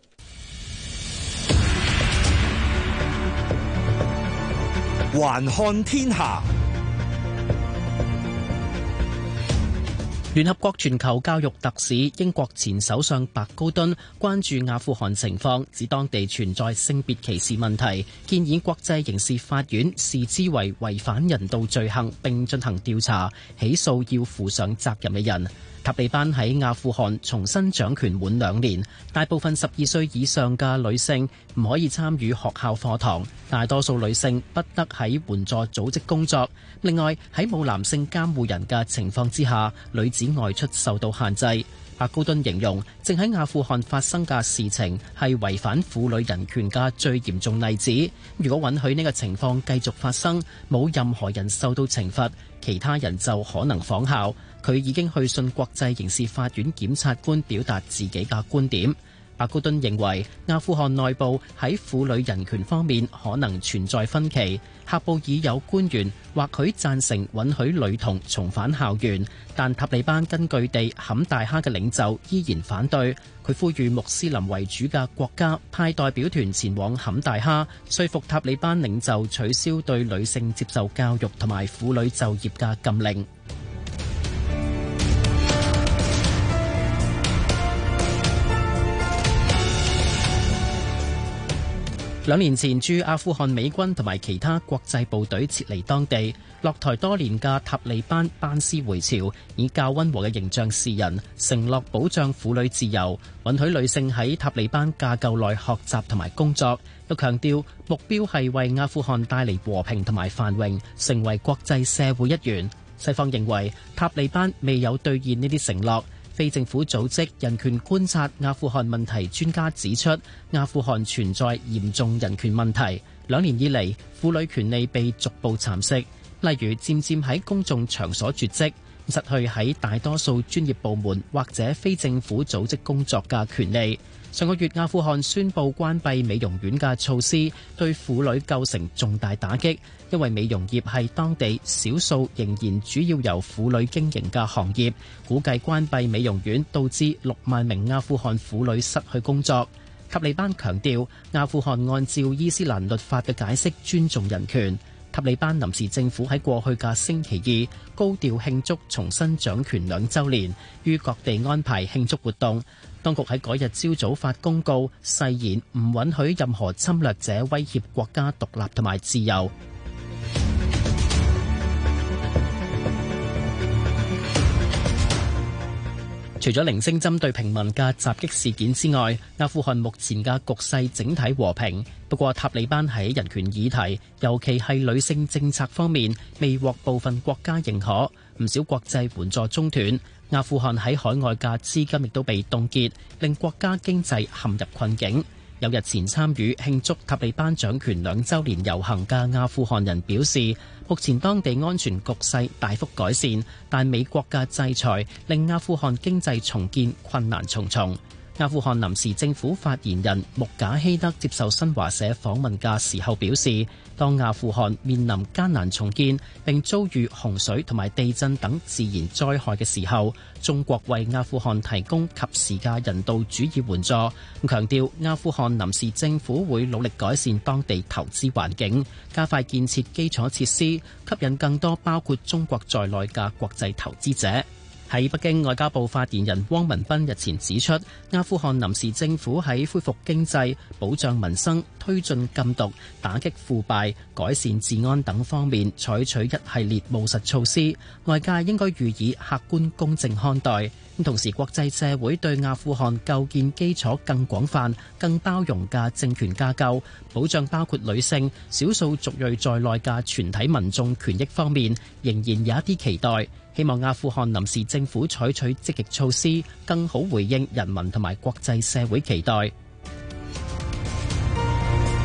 環看天下。 聯合國全球教育特使、英國前首相白高敦關注阿富汗情況，指當地存在性別歧視問題，建議國際刑事法院視之為違反人道罪行，並進行調查，起訴要負上責任嘅人。塔利班喺阿富汗重新掌權滿2年，大部分12歲以上嘅女性唔可以參與學校課堂，大多數女性不得喺援助組織工作。另外，喺冇男性監護人嘅情況之下，女子外出受到限制。白高敦形容正喺阿富汗發生嘅事情係違反婦女人權嘅最嚴重例子。如果允許呢個情況繼續發生，冇任何人受到懲罰，其他人就可能仿效。佢已經去信國際刑事法院檢察官表達自己嘅觀點。白高敦認為阿富汗內部喺婦女人權方面可能存在分歧。喀布爾有官員或許贊成允許女童重返校園，但塔利班根據地坎大哈嘅領袖依然反對。佢呼籲穆斯林為主嘅國家派代表團前往坎大哈，說服塔利班領袖取消對女性接受教育同埋婦女就業嘅禁令。2年前駐阿富汗美軍同埋其他國際部隊撤離當地，落台多年嘅塔利班班師回朝，以較溫和嘅形象示人，承諾保障婦女自由，允許女性喺塔利班架構內學習同埋工作，又強調目標係為阿富汗帶嚟和平同埋繁榮，成為國際社會一員。西方認為塔利班未有兌現呢啲承諾。非政府組織人權觀察阿富汗問題專家指出，阿富汗存在嚴重人權問題。2年以嚟，婦女權利被逐步蠶食，例如漸漸喺公眾場所絕跡，失去喺大多數專業部門或者非政府組織工作嘅權利。上個月，阿富汗宣布關閉美容院嘅措施，對婦女構成重大打擊，因為美容業係當地少數仍然主要由婦女經營嘅行業。估計關閉美容院導致6萬名阿富汗婦女失去工作。塔利班強調，阿富汗按照伊斯蘭律法嘅解釋尊重人權。塔利班臨時政府喺過去嘅星期二高調慶祝重新掌權2週年，於各地安排慶祝活動。當局喺嗰日朝早發公告，誓言唔允許任何侵略者威脅國家獨立同埋自由。除咗零星針對平民嘅襲擊事件之外，阿富汗目前嘅局勢整體和平。不過塔利班喺人權議題，尤其係女性政策方面，未獲部分國家認可，唔少國際援助中斷。阿富汗喺海外嘅資金亦都被凍結，令國家經濟陷入困境。有日前參與慶祝塔利班掌權2週年遊行嘅阿富汗人表示，目前當地安全局勢大幅改善，但美國嘅制裁令阿富汗經濟重建困難重重。阿富汗臨時政府發言人穆賈希德接受新華社訪問嘅時候表示，當阿富汗面臨艱難重建並遭遇洪水同埋地震等自然災害嘅時候，中國為阿富汗提供及時嘅人道主義援助。強調阿富汗臨時政府會努力改善當地投資環境，加快建設基礎設施，吸引更多包括中國在內嘅國際投資者。喺北京，外交部發言人汪文斌日前指出，阿富汗臨時政府喺恢復經濟、保障民生、推進禁毒、打擊腐敗、改善治安等方面採取一系列務實措施，外界應該予以客觀公正看待。同時，國際社會對阿富汗構建基礎更廣泛、更包容嘅政權架構，保障包括女性、少數族裔在內嘅全體民眾權益方面，仍然有一啲期待。希望阿富汗臨時政府採取積極措施，更好回應人民同埋國際社會期待。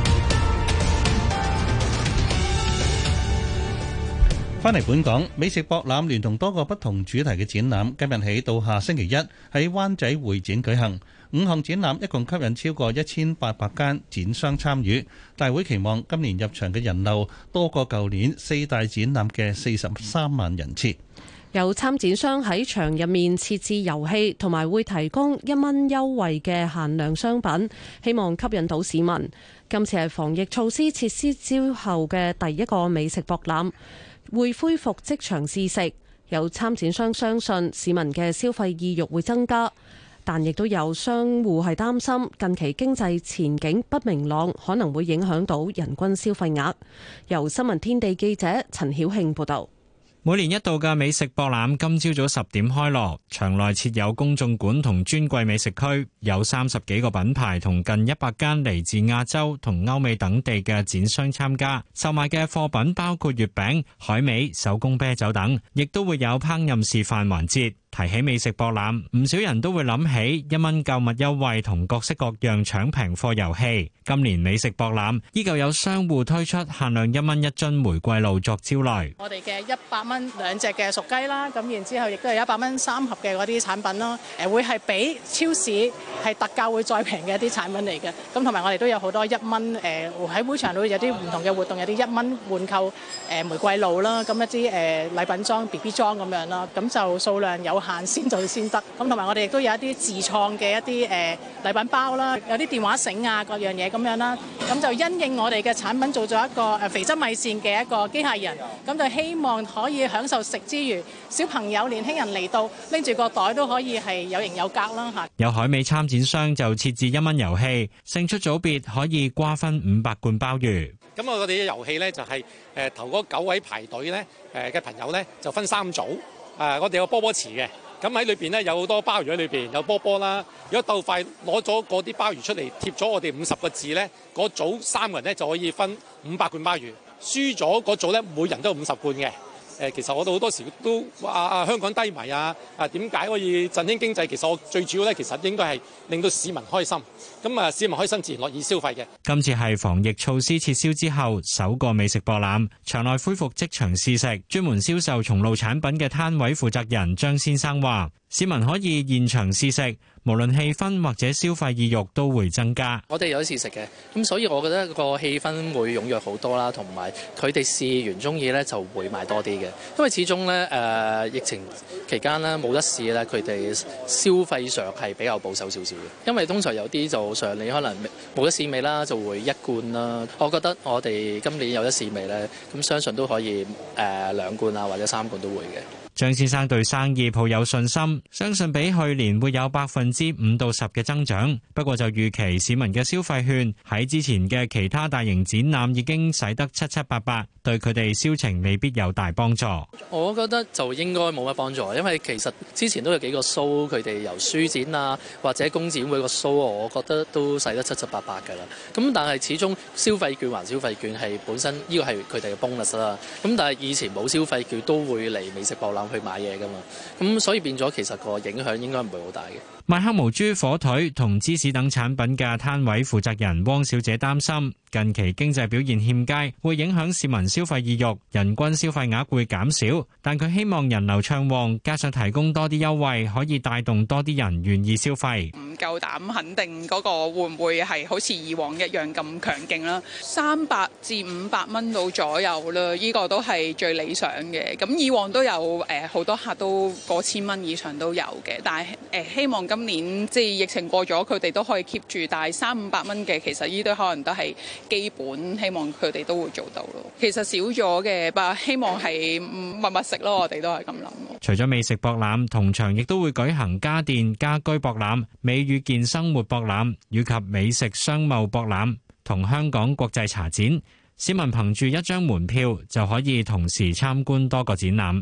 返嚟本港，美食博覽聯同多個不同主題嘅展覽，今日起到下星期一喺灣仔會展舉行。5項展覽一共吸引超過1800間展商參與。大會期望今年入場嘅人流多過舊年4大展覽嘅43萬人次。 有參展商喺場入面設置遊戲，同埋會提供1蚊優惠嘅限量商品，希望吸引到市民。今次係防疫措施撤銷之後嘅第一個美食博覽，會恢復即場試食。有參展商相信市民嘅消費意欲會增加，但亦都有商戶係擔心近期經濟前景不明朗，可能會影響到人均消費額。由新聞天地記者陳曉慶報道。 每年一度嘅美食博覽今朝早10點開鑼，場內設有公眾館同專櫃美食區，有30幾個品牌同近100間嚟自亞洲同歐美等地嘅展商參加。售賣嘅貨品包括月餅、海味、手工啤酒等，亦都會有烹飪示範環節。提起美食博覽，唔少人都會諗起1蚊購物優惠同各式各樣搶平貨遊戲。今年美食博覽依舊有商戶推出限量1蚊1樽玫瑰露作招徠。 我哋嘅100蚊2隻嘅熟雞啦，咁然之後亦都係100蚊3盒嘅嗰啲產品啦。會係比超市係特價會再平嘅一啲產品嚟嘅。咁同埋我哋都有好多1蚊喺會場度有啲唔同嘅活動，有啲1蚊換購玫瑰露啦，咁一啲禮品裝 BB 裝咁樣啦，咁就數量有限先做先得，咁同埋我哋亦都有一啲自創嘅一啲禮品包啦，有啲電話繩啊各樣嘢咁樣啦，咁就因應我哋嘅產品做咗一個肥汁米線嘅一個機械人，咁就希望可以享受食之餘，小朋友年輕人嚟到拎住個袋都可以係有型有格啦嚇。 有海味參展商就設置1蚊遊戲，勝出組別可以瓜分500罐鮑魚。 咁我哋嘅遊戲呢就係頭嗰9位排隊呢嘅朋友呢就分3組。我哋有波波池嘅，咁喺裏邊呢有好多鮑魚喺裏邊，有波波啦。如果鬥快攞咗嗰啲鮑魚出嚟，貼咗我哋50個字呢，嗰組3個人呢就可以分500罐鮑魚。輸咗嗰組呢，每人都有50罐嘅。其實我哋好多時都話香港低迷啊，點解可以振興經濟？其實我最主要呢，其實應該係令到市民開心。咁市民開心自然樂意消費嘅。 今次係防疫措施撤銷之後首個美食博覽，場內恢復即場試食。專門銷售松露產品嘅攤位負責人張先生話：市民可以現場試食，無論氣氛或者消費意欲都會增加。 我哋有試食嘅，咁所以我覺得個氣氛會踴躍好多啦，同埋佢哋試完中意咧就會買多啲嘅。因為始終咧疫情期間咧冇得試咧，佢哋消費上係比較保守少少嘅。因為通常有啲就上你可能冇得試味啦，就會1罐啦。我覺得我哋今年有得試味咧，咁相信都可以2罐啊或者3罐都會嘅。 張先生對生意抱有信心，相信比去年會有5%到10%嘅增長。不過就預期市民嘅消費券喺之前嘅其他大型展覽已經使得七七八八，對佢哋銷情未必有大幫助。 我覺得就應該冇乜幫助，因為其實之前都有幾個 show， 佢哋由書展啊或者工展會個 show， 我覺得都使得七七八八㗎啦。咁但係始終消費券還消費券係本身呢個係佢哋嘅 bonus 啦。咁但係以前冇消費券都會嚟美食博覽去買嘢㗎嘛，咁所以變咗其實個影響應該唔會好大嘅。 賣黑毛豬、火腿同芝士等產品嘅攤位負責人汪小姐擔心，近期經濟表現欠佳，會影響市民消費意欲，人均消費額會減少。但佢希望人流暢旺，加上提供多啲優惠，可以帶動多啲人願意消費。 唔夠膽肯定嗰個會唔會係好似以往一樣咁強勁啦，300至500蚊到左右啦，呢個都係最理想嘅。咁以往都有好多客都過千蚊以上都有嘅，但係希望今年即係疫情過咗，佢哋都可以 keep 住，但係300-500蚊嘅其實呢啲可能都係基本，希望佢哋都會做到咯。其實少咗嘅，不過希望係密密食咯，我哋都係咁諗。 除咗美食博覽，同場亦都會舉行家電家居博覽、美與健生活博覽以及美食商貿博覽同香港國際茶展。市民憑住一張門票就可以同時參觀多個展覽。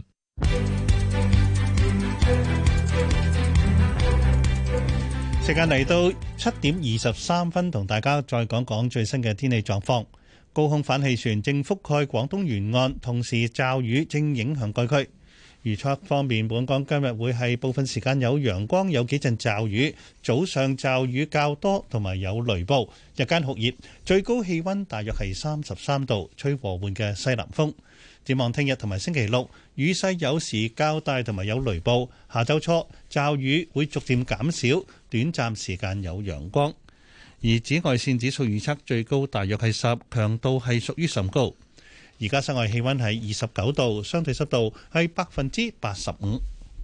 時間嚟到7:23，同大家再講講最新嘅天氣狀況。高空反氣旋正覆蓋廣東沿岸，同時驟雨正影響該區。預測方面，本港今日會係部分時間有陽光，有幾陣驟雨，早上驟雨較多，同埋有雷暴，日間酷熱，最高氣溫大約係33度，吹和緩嘅西南風。 展望聽日同埋星期六，雨勢有時較大同埋有雷暴。下週初驟雨會逐漸減少，短暫時間有陽光。而紫外線指數預測最高大約係10，強度係屬於甚高。而家室外氣溫係29度，相對濕度係85%。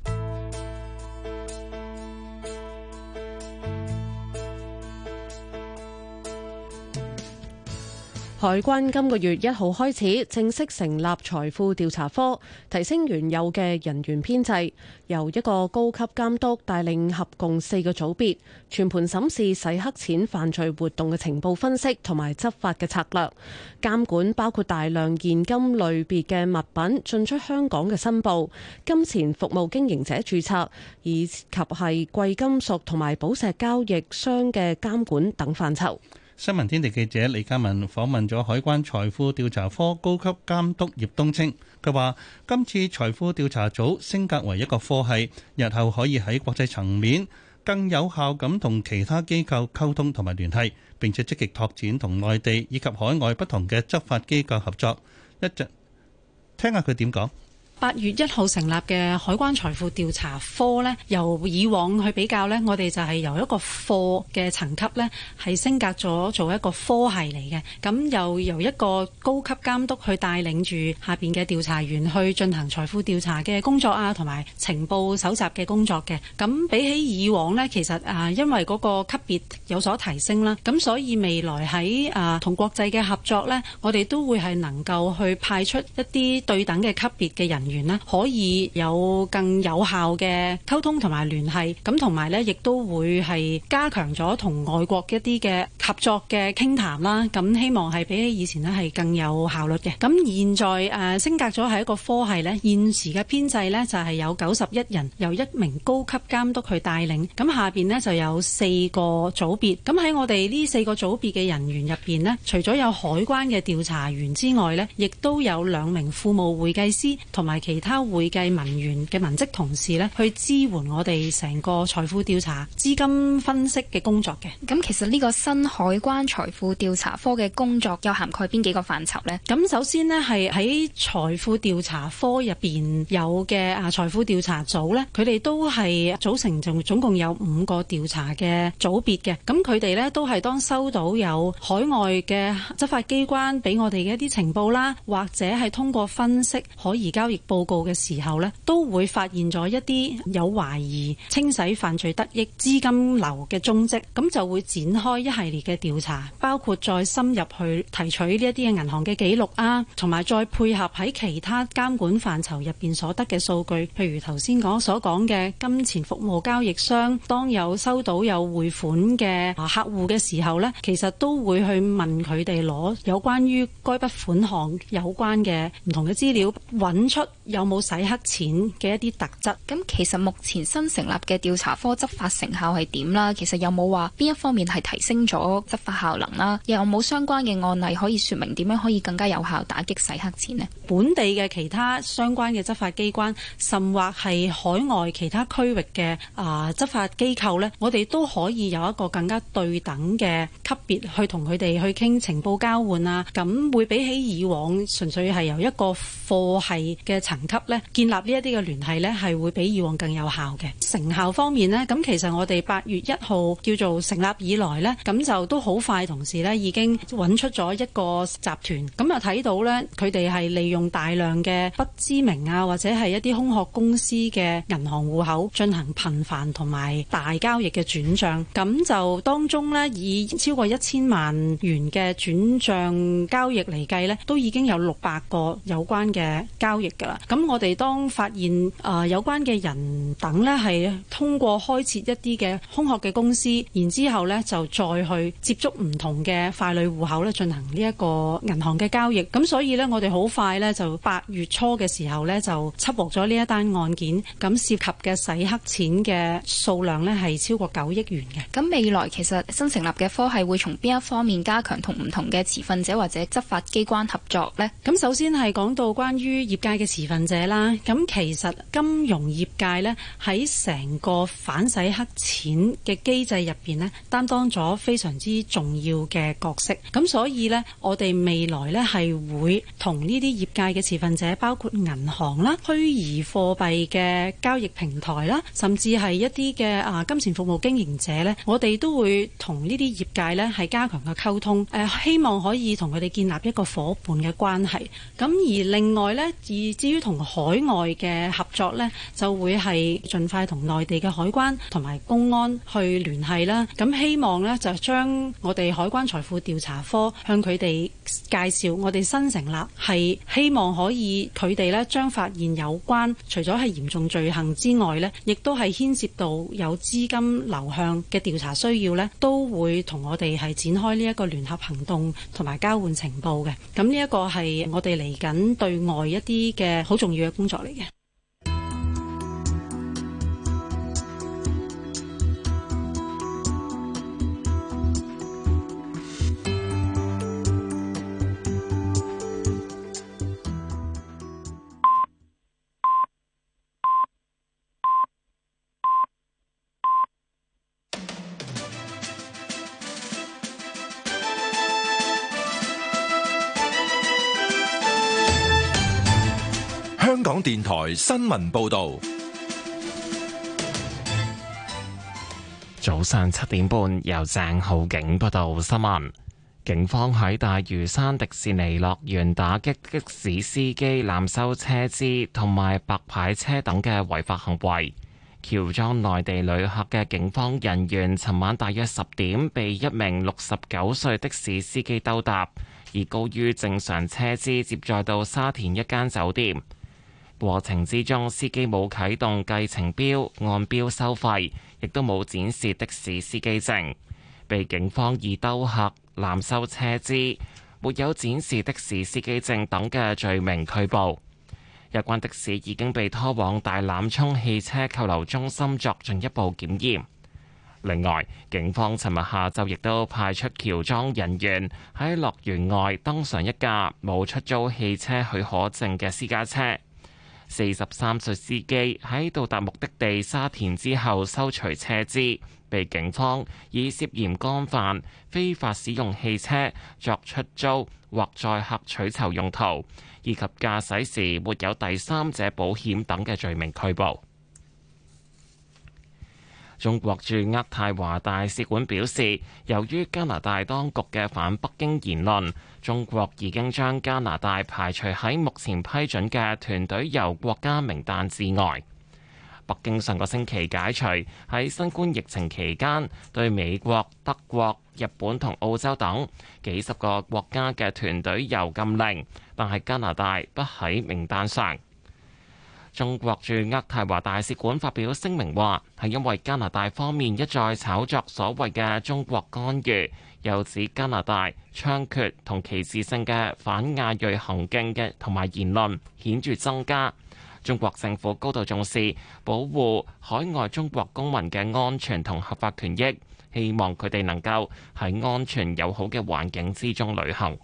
海關今個月1號開始正式成立財富調查科，提升原有嘅人員編制，由一個高級監督帶領合共4個組別，全盤審視洗黑錢犯罪活動嘅情報分析同埋執法嘅策略。監管包括大量現金類別嘅物品進出香港嘅申報、金錢服務經營者註冊，以及係貴金屬同埋寶石交易商嘅監管等範疇。 新聞天地記者李嘉文訪問咗海關財富調查科高級監督葉東青，佢話今次財富調查組升格為一個科系，日後可以喺國際層面更有效咁同其他機構溝通同埋聯繫，並且積極拓展同內地以及海外不同嘅執法機構合作。一陣聽下佢點講。 8月1號成立嘅海關財富調查科呢，由以往去比較呢，我哋就係由一個課嘅層級呢，係升格咗做一個科系嚟嘅。咁又由一個高級監督去帶領住下邊嘅調查員去進行財富調查嘅工作啊，同埋情報搜集嘅工作嘅。咁比起以往呢，其實因為嗰個級別有所提升啦，咁所以未來喺同國際嘅合作呢，我哋都會係能夠去派出一啲對等嘅級別嘅人員呢，可以有更有效嘅溝通同埋聯繫，咁同埋呢亦都會係加強咗同外國一啲嘅合作嘅傾談啦。咁希望係比起以前呢係更有效率嘅。咁現在升格咗係一個科系呢，現時嘅編制呢就係有91人，由1名高級監督去帶領。咁下邊呢就有4個組別。咁喺我哋呢4個組別嘅人員入邊呢，除咗有海關嘅調查員之外呢，亦都有2名庫務會計師同埋其他會計文員嘅文職同事呢，去支援我哋成個財富調查資金分析嘅工作嘅。 咁其實呢個新海關財富調查科嘅工作有涵蓋邊幾個範疇呢？ 咁首先呢，係喺財富調查科入邊有嘅財富調查組呢，佢哋都係組成總共有5個調查嘅組別嘅。咁佢哋呢，都係當收到有海外嘅執法機關俾我哋嘅一啲情報啦，或者係通過分析可疑交易報告嘅時候呢，都會發現咗一啲有懷疑清洗犯罪得益資金流嘅蹤跡，咁就會展開一系列嘅調查，包括再深入去提取呢一啲嘅銀行嘅記錄啊，同埋再配合喺其他監管範疇入邊所得嘅數據，譬如頭先所講嘅金錢服務交易商，當有收到有匯款嘅客戶嘅時候呢，其實都會去問佢哋攞有關於該筆款項有關嘅唔同嘅資料，揾出有冇洗黑錢嘅一啲特質。 咁其實目前新成立嘅調查科執法成效係點啦？其實有冇話邊一方面係提升咗執法效能啦？又有冇相關嘅案例可以說明點樣可以更加有效打擊洗黑錢呢？ 本地嘅其他相關嘅執法機關，甚或係海外其他區域嘅執法機構呢，我哋都可以有一個更加對等嘅級別去同佢哋去傾情報交換啊。咁會比起以往純粹係由一個課系嘅層級呢，建立呢一啲嘅聯繫呢，係會比以往更有效嘅。成效方面呢，咁其實我哋8月1號叫做成立以來呢，咁就都好快，同時呢已經揾出咗一個集團，咁啊睇到呢，佢哋係利用大量嘅不知名啊，或者係一啲空殼公司嘅銀行戶口進行頻繁同埋大交易嘅轉帳，咁就當中呢，以超過1000萬元嘅轉帳交易嚟計呢，都已經有600個有關嘅交易㗎啦。咁我哋當發現有關嘅人等呢，係通過開設一啲嘅空殼嘅公司，然之後呢就再去接觸唔同嘅傀儡戶口呢，進行呢一個銀行嘅交易。咁所以呢，我哋好快呢，就8月初嘅時候呢，就緝獲咗呢一單案件，咁涉及嘅洗黑錢嘅數量呢，係超過9億元嘅。 咁未來其實新成立嘅科系會從邊一方面加強同唔同嘅持份者或者執法機關合作呢？ 咁首先係講到關於業界嘅持份者啦，咁其實金融業界呢，喺成個反洗黑錢嘅機制入邊呢，擔當咗非常之重要嘅角色。咁所以呢，我哋未來呢係會同呢啲業界嘅持份者，包括銀行啦、虛擬貨幣嘅交易平台啦，甚至係一啲嘅金錢服務經營者呢，我哋都會同呢啲業界呢係加強嘅溝通，希望可以同佢哋建立一個夥伴嘅關係。咁而另外呢，至於同海外嘅合作呢，就會係盡快同內地嘅海關同埋公安去聯繫啦。咁希望呢，就將我哋海關財富調查科向佢哋介紹我哋新成立，係希望可以佢哋呢將發現有關除咗係嚴重罪行之外呢，亦都係牽涉到有資金流向嘅調查需要呢，都會同我哋係展開呢一個聯合行動同埋交換情報嘅。咁呢一個係我哋嚟緊對外一啲嘅好重要嘅工作嚟嘅。 香港電台新聞報道， 早上7點半由鄭浩景報道新聞。警方喺大嶼山迪士尼樂園打擊的士司機濫收車資同埋白牌車等嘅違法行為。喬裝內地旅客嘅警方人員尋晚大約10點被一名69歲的士司機兜搭，以高於正常車資接載到沙田一間酒店。過程之中，司機冇啟動計程錶按錶收費，亦都冇展示的士司機證，被警方以兜客、濫收車資、沒有展示的士司機證等嘅罪名拘捕。有關的士已經被拖往大欖涌汽車扣留中心作進一步檢驗。另外，警方尋日下晝亦都派出喬裝人員喺樂園外登上一架冇出租汽車許可證嘅私家車。43歲司機喺到達目的地沙田之後收取車資，被警方以涉嫌干犯非法使用汽車作出租或載客取酬用途，以及駕駛時沒有第三者保險等嘅罪名拘捕。中國駐渥太華大使館表示，由於加拿大當局嘅反北京言論，中國已經將加拿大排除喺目前批准嘅團隊遊國家名單之外。北京上個星期解除喺新冠疫情期間對美國、德國、日本同澳洲等幾十個國家嘅團隊遊禁令，但係加拿大不喺名單上。中國駐渥太華大使館發表聲明話，係因為加拿大方面一再炒作所謂嘅中國干預，又指加拿大猖獗同歧視性嘅反亞裔行徑嘅同埋言論顯著增加。中國政府高度重視保護海外中國公民嘅安全同合法權益，希望佢哋能夠喺安全友好嘅環境之中旅行。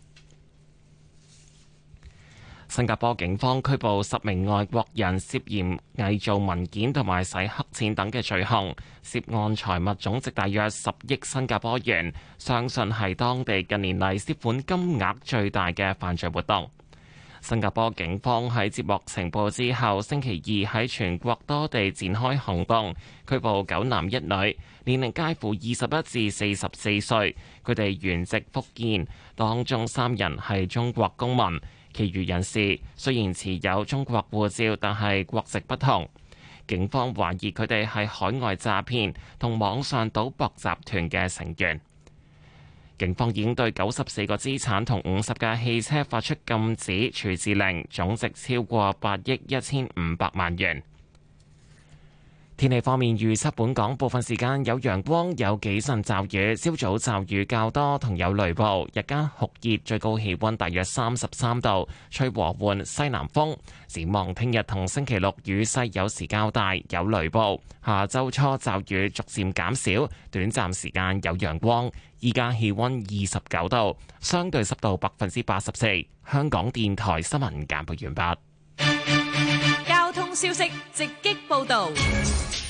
新加坡警方拘捕10名外國人，涉嫌偽造文件同埋洗黑錢等嘅罪行，涉案財物總值大約10億新加坡元，相信係當地近年嚟涉款金額最大嘅犯罪活動。新加坡警方喺接獲情報之後，星期二喺全國多地展開行動，拘捕9男1女，年齡介乎21至44歲，佢哋原籍福建，當中3人係中國公民。其餘人士雖然持有中國護照，但係國籍不同。警方懷疑佢哋係海外詐騙同網上賭博集團嘅成員。警方已經對94個資產同50架汽車發出禁止處置令，總值超過8億1500萬元。天氣方面預測，本港部分時間有陽光，有幾陣驟雨，朝早驟雨較多，同有雷暴。日間酷熱，最高氣溫大約33度，吹和緩西南風。展望聽日同星期六雨勢有時較大，有雷暴。下周初驟雨逐漸減少，短暫時間有陽光。依家氣溫29度，相對濕度84%。香港電台新聞簡報完畢。 交通消息直擊報道。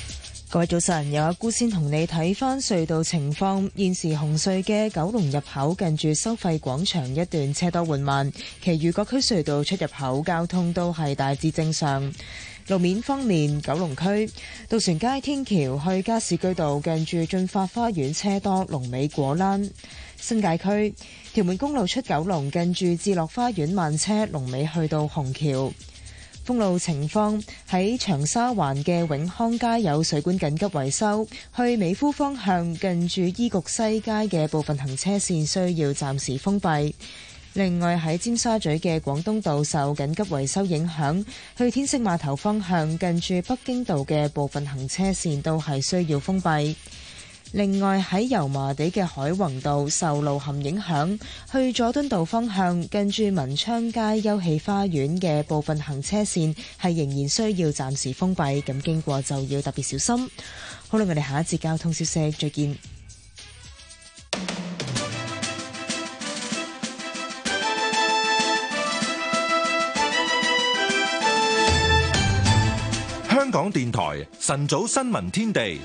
各位早晨，有阿姑先同你睇返隧道情況。現時紅隧嘅九龍入口近住收費廣場一段車多緩慢，其餘各區隧道出入口交通都係大致正常。路面方面，九龍區渡船街天橋去加士居道近住駿發花園車多，龍尾果欄。新界區屯門公路出九龍近住置樂花園慢車，龍尾去到紅橋。封路情況，喺長沙灣嘅永康街有水管緊急維修，去美孚方向近住醫局西街嘅部分行車線需要暫時封閉。另外喺尖沙咀嘅廣東道受緊急維修影響，去天星碼頭方向近住北京道嘅部分行車線都係需要封閉。另外喺油麻地嘅海泓道受路陷影響，去佐敦道方向近住文昌街休憩花園嘅部分行車線係仍然需要暫時封閉，咁經過就要特別小心。好啦，我哋下一節交通消息再見。 香港電台晨早新聞天地。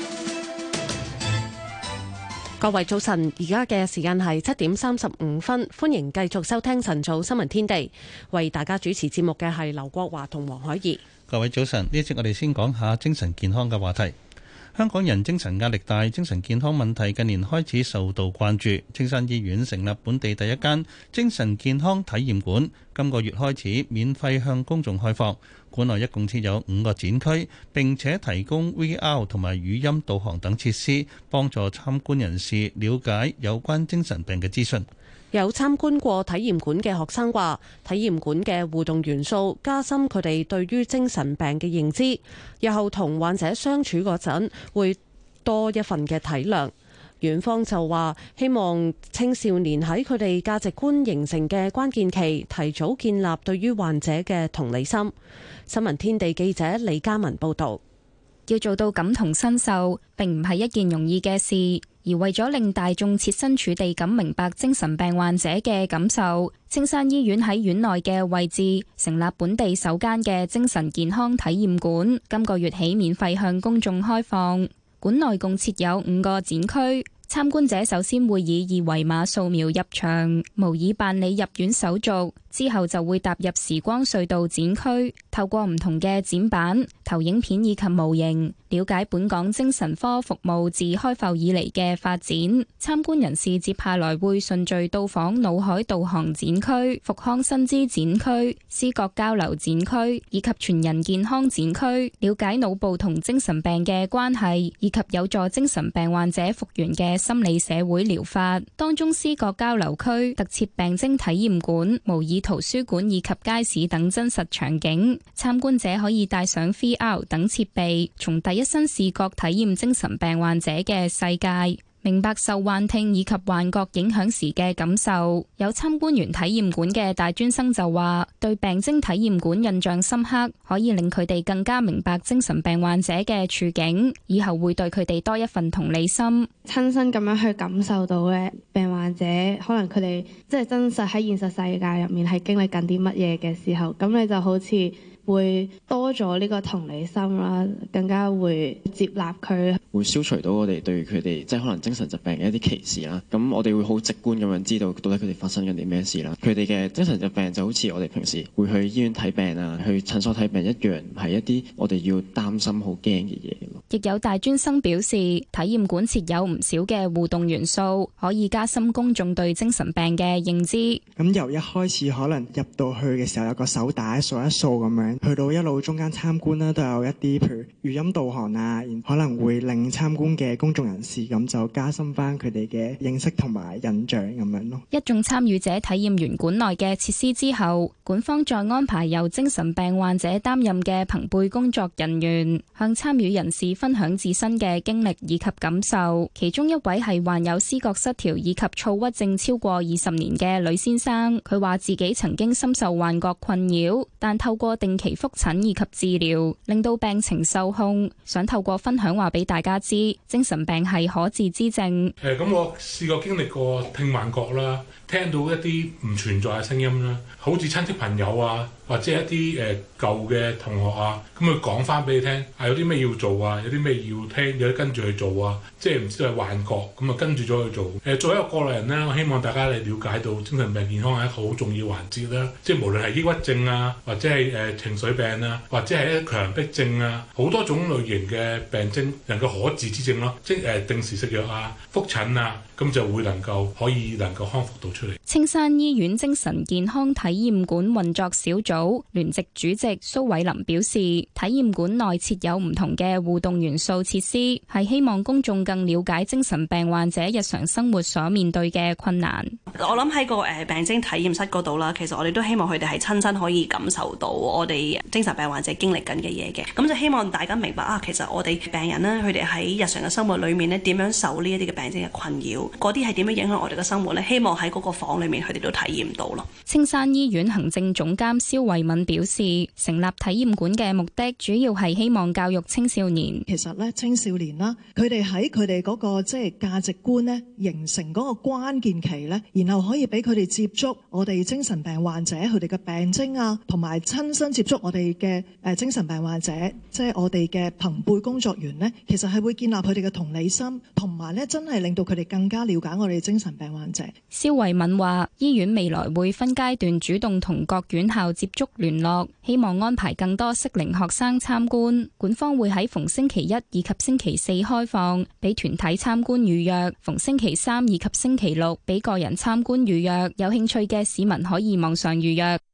各位早晨，而家嘅時間係7:35，歡迎繼續收聽晨早新聞天地。為大家主持節目嘅係劉國華同黃海怡。 各位早晨，呢一節我哋先講下精神健康嘅話題。香港人精神壓力大，精神健康問題近年開始受到關注。青山醫院成立本地第一間精神健康體驗館，今個月開始免費向公眾開放。館內一共設有5個展區，並且提供 VR 同埋語音導航等設施，幫助參觀人士了解有關精神病嘅資訊。 有參觀過體驗館嘅學生話，體驗館嘅互動元素加深佢哋對於精神病嘅認知，日後同患者相處嗰陣會多一份嘅體諒。院方就話，希望青少年喺佢哋價值觀形成嘅關鍵期，提早建立對於患者嘅同理心。新聞天地記者李嘉文報道。 要做到感同身受，並唔係一件容易嘅事，而為咗令大眾設身處地咁明白精神病患者嘅感受，青山醫院喺院內嘅位置成立本地首間嘅精神健康體驗館，今個月起免費向公眾開放。館內共設有5個展區，參觀者首先會以2維碼掃描入場，模擬辦理入院手續，之後就會踏入時光隧道展區，透過唔同嘅展板、投影片以及模型，了解本港精神科服務自開埠以嚟嘅發展。參觀人士接下來會順序到訪腦海導航展區、復康新知展區、思覺交流展區以及全人健康展區，了解腦部同精神病嘅關係，以及有助精神病患者復原嘅心理社會療法。當中思覺交流區特設病徵體驗館，模擬圖書館以及街市等真實場景，參觀者可以帶上 VR 等設備，從第一身視覺體驗精神病患者嘅世界，明白受幻聽以及幻覺影響時嘅感受。有參觀完體驗館嘅大專生就話，對病徵體驗館印象深刻，可以令佢哋更加明白精神病患者嘅處境，以後會對佢哋多一份同理心。 親身咁樣去感受到嘅病患者，可能佢哋即係真實喺現實世界入面係經歷緊啲乜嘢嘅時候，咁你就好似會多咗呢個同理心啦，更加會接納佢， 會消除到我哋對佢哋即係可能精神疾病嘅一啲歧視啦。咁我哋會好直觀咁樣知道到底佢哋發生緊啲咩事啦。佢哋嘅精神疾病就好似我哋平時會去醫院睇病啊，去診所睇病一樣，唔係一啲我哋要擔心好驚嘅嘢。 亦有大專生表示，體驗館設有唔少嘅互動元素，可以加深公眾對精神病嘅認知。 咁由一開始可能入到去嘅時候有個手帶掃一掃咁樣，去到一路中間參觀啦，都有一啲譬如語音導航啊，可能會令參觀嘅公眾人士咁就加深翻佢哋嘅認識同埋印象咁樣咯。 一眾參與者體驗完館內嘅設施之後，館方再安排由精神病患者擔任嘅朋輩工作人員，向參與人士分享自身嘅經歷以及感受。其中一位係患有思覺失調以及躁鬱症超過20年嘅呂先生，佢話自己曾經深受幻覺困擾，但透過定期復診以及治療，令到病情受控。想透過分享話俾大家知，精神病係可治之症。 咁我試過經歷過聽幻覺啦，聽到一啲唔存在嘅聲音啦，好似親戚朋友啊， 或者一啲舊嘅同學啊，咁佢講翻俾你聽，有啲咩要做啊，有啲咩要聽，有啲跟住去做啊，即係唔知係幻覺，咁啊跟住咗去做。作為一個過來人呢，我希望大家你了解到精神病健康係一個好重要環節啦，即係無論係抑鬱症啊，或者係情緒病啊，或者係一啲強迫症啊，好多種類型嘅病徵能夠可治之症咯，即係定時食藥啊、覆診啊，咁就會能夠康復到出嚟。 青山醫院精神健康體驗館運作小組聯席主席蘇偉林表示，體驗館內設有唔同嘅互動元素設施，係希望公眾更了解精神病患者日常生活所面對嘅困難。 我諗喺個病徵體驗室嗰度啦，其實我哋都希望佢哋係親身可以感受到我哋精神病患者經歷緊嘅嘢嘅，咁就希望大家明白啊，其實我哋病人呢，佢哋喺日常嘅生活裏面呢，點樣受呢一啲嘅病徵嘅困擾，嗰啲係點樣影響我哋嘅生活呢？希望喺嗰個房裏面佢哋都體驗到咯。 青山醫院行政總監蕭慧敏表示，成立體驗館嘅目的主要係希望教育青少年。 其實咧，青少年啦，佢哋喺佢哋嗰個即係價值觀呢，形成嗰個關鍵期呢，然後可以俾佢哋接觸我哋精神病患者佢哋嘅病徵啊，同埋親身接觸我哋嘅精神病患者，即係我哋嘅朋輩工作員呢，其實係會建立佢哋嘅同理心，同埋呢真係令到佢哋更加了解我哋精神病患者。 蕭慧敏話，醫院未來會分階段主動同各院校接觸聯絡，希望安排更多適齡學生參觀。館方會喺逢星期一以及星期四開放，俾團體參觀預約；逢星期三以及星期六俾個人參觀預約。有興趣嘅市民可以網上預約。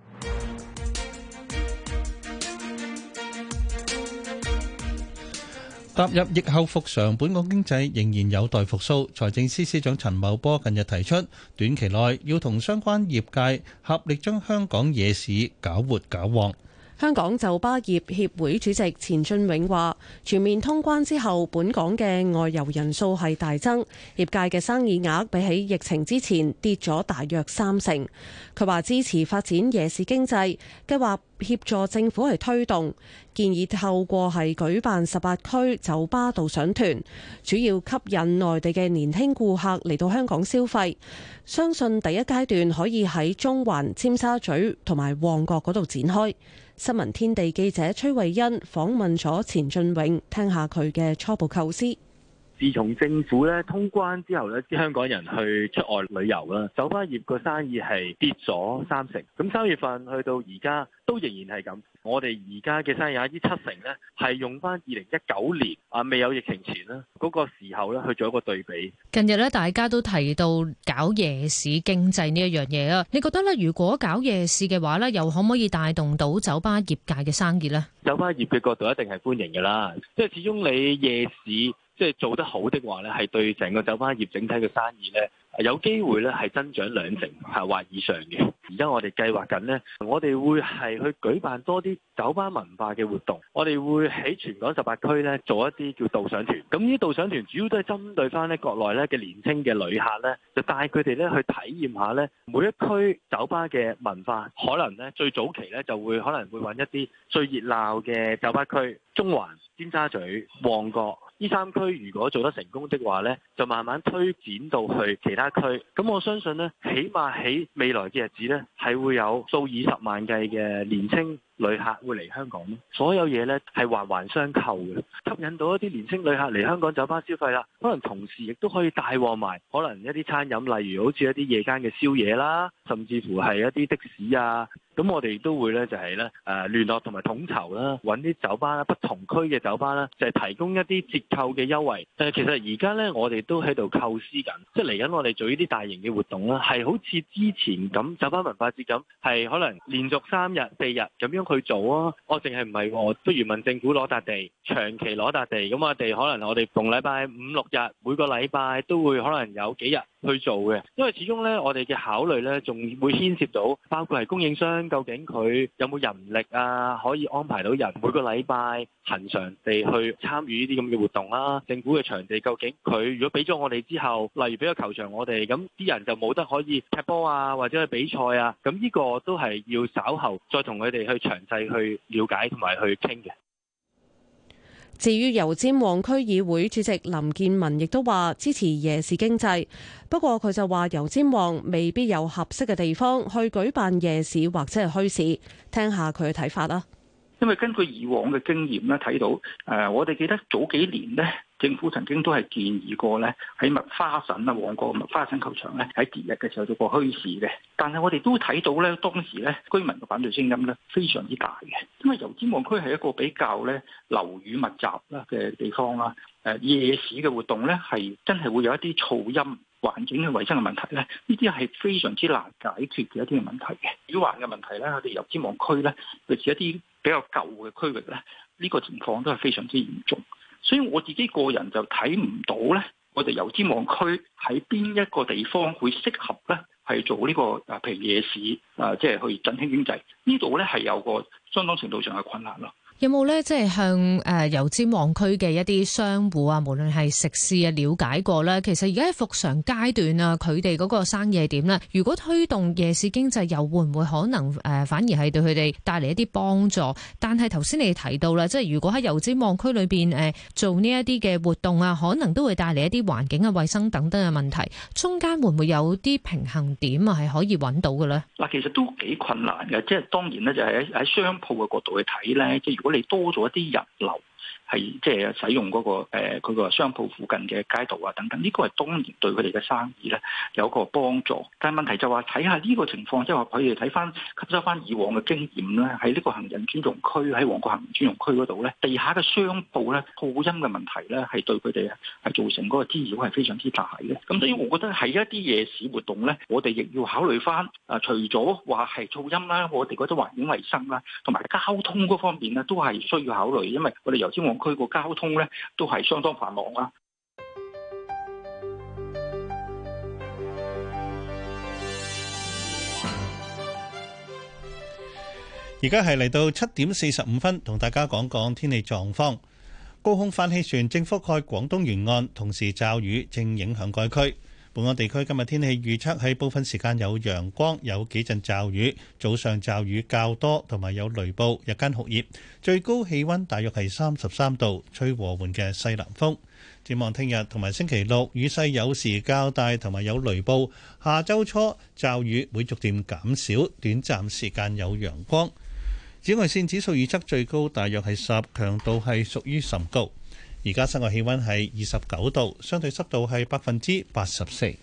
踏入疫後復常，本港經濟仍然有待復甦。財政司司長陳茂波近日提出，短期內要同相關業界合力將香港夜市搞活搞旺。 香港酒吧業協會主席錢俊永話，全面通關之後，本港嘅外遊人數係大增，業界嘅生意額比起疫情之前跌咗大約30%。佢話支持發展夜市經濟，計劃協助政府係推動，建議透過係舉辦18區酒吧導賞團，主要吸引內地嘅年輕顧客嚟到香港消費。相信第一階段可以喺中環、尖沙咀同埋旺角嗰度展開。新聞天地記者崔慧欣訪問咗錢俊永，聽下佢嘅初步構思。 自從政府通關之後啲香港人去出外旅遊啦，酒吧業個生意係跌咗30%。咁3月份去到而家都仍然係咁。我哋而家嘅生意額呢70%係用翻2019年未有疫情前嗰個時候去做一個對比。 近日大家都提到搞夜市經濟呢一樣嘢啊，你覺得如果搞夜市嘅話又可唔可以帶動到酒吧業界嘅生意呢？ 酒吧業嘅角度一定係歡迎㗎啦，即係始終你夜市即係做得好的話咧，係對整個酒吧業整體嘅生意咧，有機會咧係增長2成或以上嘅。而家我哋計劃緊呢，我哋會係去舉辦多啲酒吧文化嘅活動。我哋會喺全港18區咧做一啲叫導賞團。咁呢啲導賞團主要都係針對翻咧國內咧嘅年輕嘅旅客咧，就帶佢哋咧去體驗下咧每一區酒吧嘅文化。可能咧最早期咧就會可能會揾一啲最熱鬧嘅酒吧區，中環、尖沙咀、旺角。呢3區如果做得成功的話呢，就慢慢推展到去其他區。咁我相信呢，起碼喺未來嘅日子呢，係會有數以十萬計嘅年輕旅客會嚟香港。所有嘢呢係環環相扣嘅，吸引到一啲年輕旅客嚟香港酒吧消費啦。可能同時亦都可以帶旺埋可能一啲餐飲，例如好似一啲夜間嘅宵夜啦，甚至乎係一啲的士啊。咁我哋都會咧就係咧聯絡同埋統籌啦，揾啲酒吧啦，不同區嘅酒吧啦，就係提供一啲折扣嘅優惠。其實而家咧我哋都喺度構思緊，即係嚟緊我哋做呢啲大型嘅活動啦，係好似之前咁酒吧文化節咁，係可能連續3日4日咁樣去做啊。我淨係唔係我不如問政府攞笪地，長期攞笪地，咁我哋可能我哋逢禮拜5、6日，每個禮拜都會可能有幾日去做嘅。因為始終咧我哋嘅考慮咧仲會牽涉到包括係供應商。究竟佢有冇人力啊？可以安排到人每個禮拜恆常地去參與呢啲咁嘅活動啦。政府嘅場地究竟佢如果俾咗我哋之後，例如俾個球場我哋，咁啲人就冇得可以踢波啊，或者去比賽啊。咁呢個都係要稍後再同佢哋去詳細去了解同埋去傾嘅。 至於油尖旺區議會主席林建文亦都話支持夜市經濟，不過佢就話油尖旺未必有合適嘅地方去舉辦夜市或者係墟市，聽下佢嘅睇法啦。 因為根據以往嘅經驗咧，睇到我哋記得早幾年咧，政府曾經都係建議過咧喺麥花臣啊，旺角麥花臣球場咧喺節日嘅時候做個墟市嘅。但係我哋都睇到咧，當時咧居民嘅反對聲音咧非常之大嘅，因為油尖旺區係一個比較咧樓宇密集啦嘅地方啦。夜市嘅活動咧係真係會有一啲噪音、環境嘅衞生嘅問題咧，呢啲係非常之難解決嘅一啲嘅問題嘅。擾環嘅問題咧，我哋油尖旺區咧，類似一啲比較舊嘅區域咧，呢個情況都係非常之嚴重。所以我自己個人就睇唔到咧，我哋油尖旺區喺邊一個地方會適合咧係做呢個譬如夜市即係去振興經濟。呢度咧係有個相當程度上嘅困難咯。 有冇咧，即係向油尖旺區嘅一啲商戶啊，無論係食肆啊，了解過咧？其實而家喺復常階段啊，佢哋嗰個生意係點咧？如果推動夜市經濟，又會唔會可能反而係對佢哋帶嚟一啲幫助？但係頭先你提到啦，即係如果喺油尖旺區裏邊做呢一啲嘅活動啊，可能都會帶嚟一啲環境啊、衞生等等嘅問題。中間會唔會有啲平衡點啊？係可以揾到嘅咧？嗱， 其實都幾困難嘅，即係當然咧，就係喺商鋪嘅角度去睇咧，即係如果你多咗一啲人流，係即係使用嗰個佢個商鋪附近嘅街道啊等等，呢個係當然對佢哋嘅生意咧有個幫助。但係問題就話睇下呢個情況，即係話佢哋睇翻吸收翻以往嘅經驗咧，喺呢個行人專用區，喺旺角行人專用區嗰度咧，地下嘅商鋪咧噪音嘅問題咧係對佢哋係造成嗰個滋擾係非常之大嘅。咁所以我覺得喺一啲夜市活動咧，我哋亦要考慮翻除咗話係噪音啦，我哋嗰啲環境衞生啦，同埋交通嗰方面咧都係需要考慮，因為我哋油尖旺區個交通咧都係相當繁忙啦。 而家係嚟到7:45，同大家講講天氣狀況。高空反氣旋正覆蓋廣東沿岸，同時驟雨正影響該區。本港地區今日天氣預測係部分時間有陽光，有幾陣驟雨，早上驟雨較多，同埋有雷暴，日間酷熱，最高氣溫大約係33度，吹和緩嘅西南風。展望聽日同埋星期六雨勢有時較大，同埋有雷暴。下週初驟雨會逐漸減少，短暫時間有陽光。紫外線指數預測最高大約係10，強度係屬於甚高。而家室外氣溫係29度，相對濕度係84%。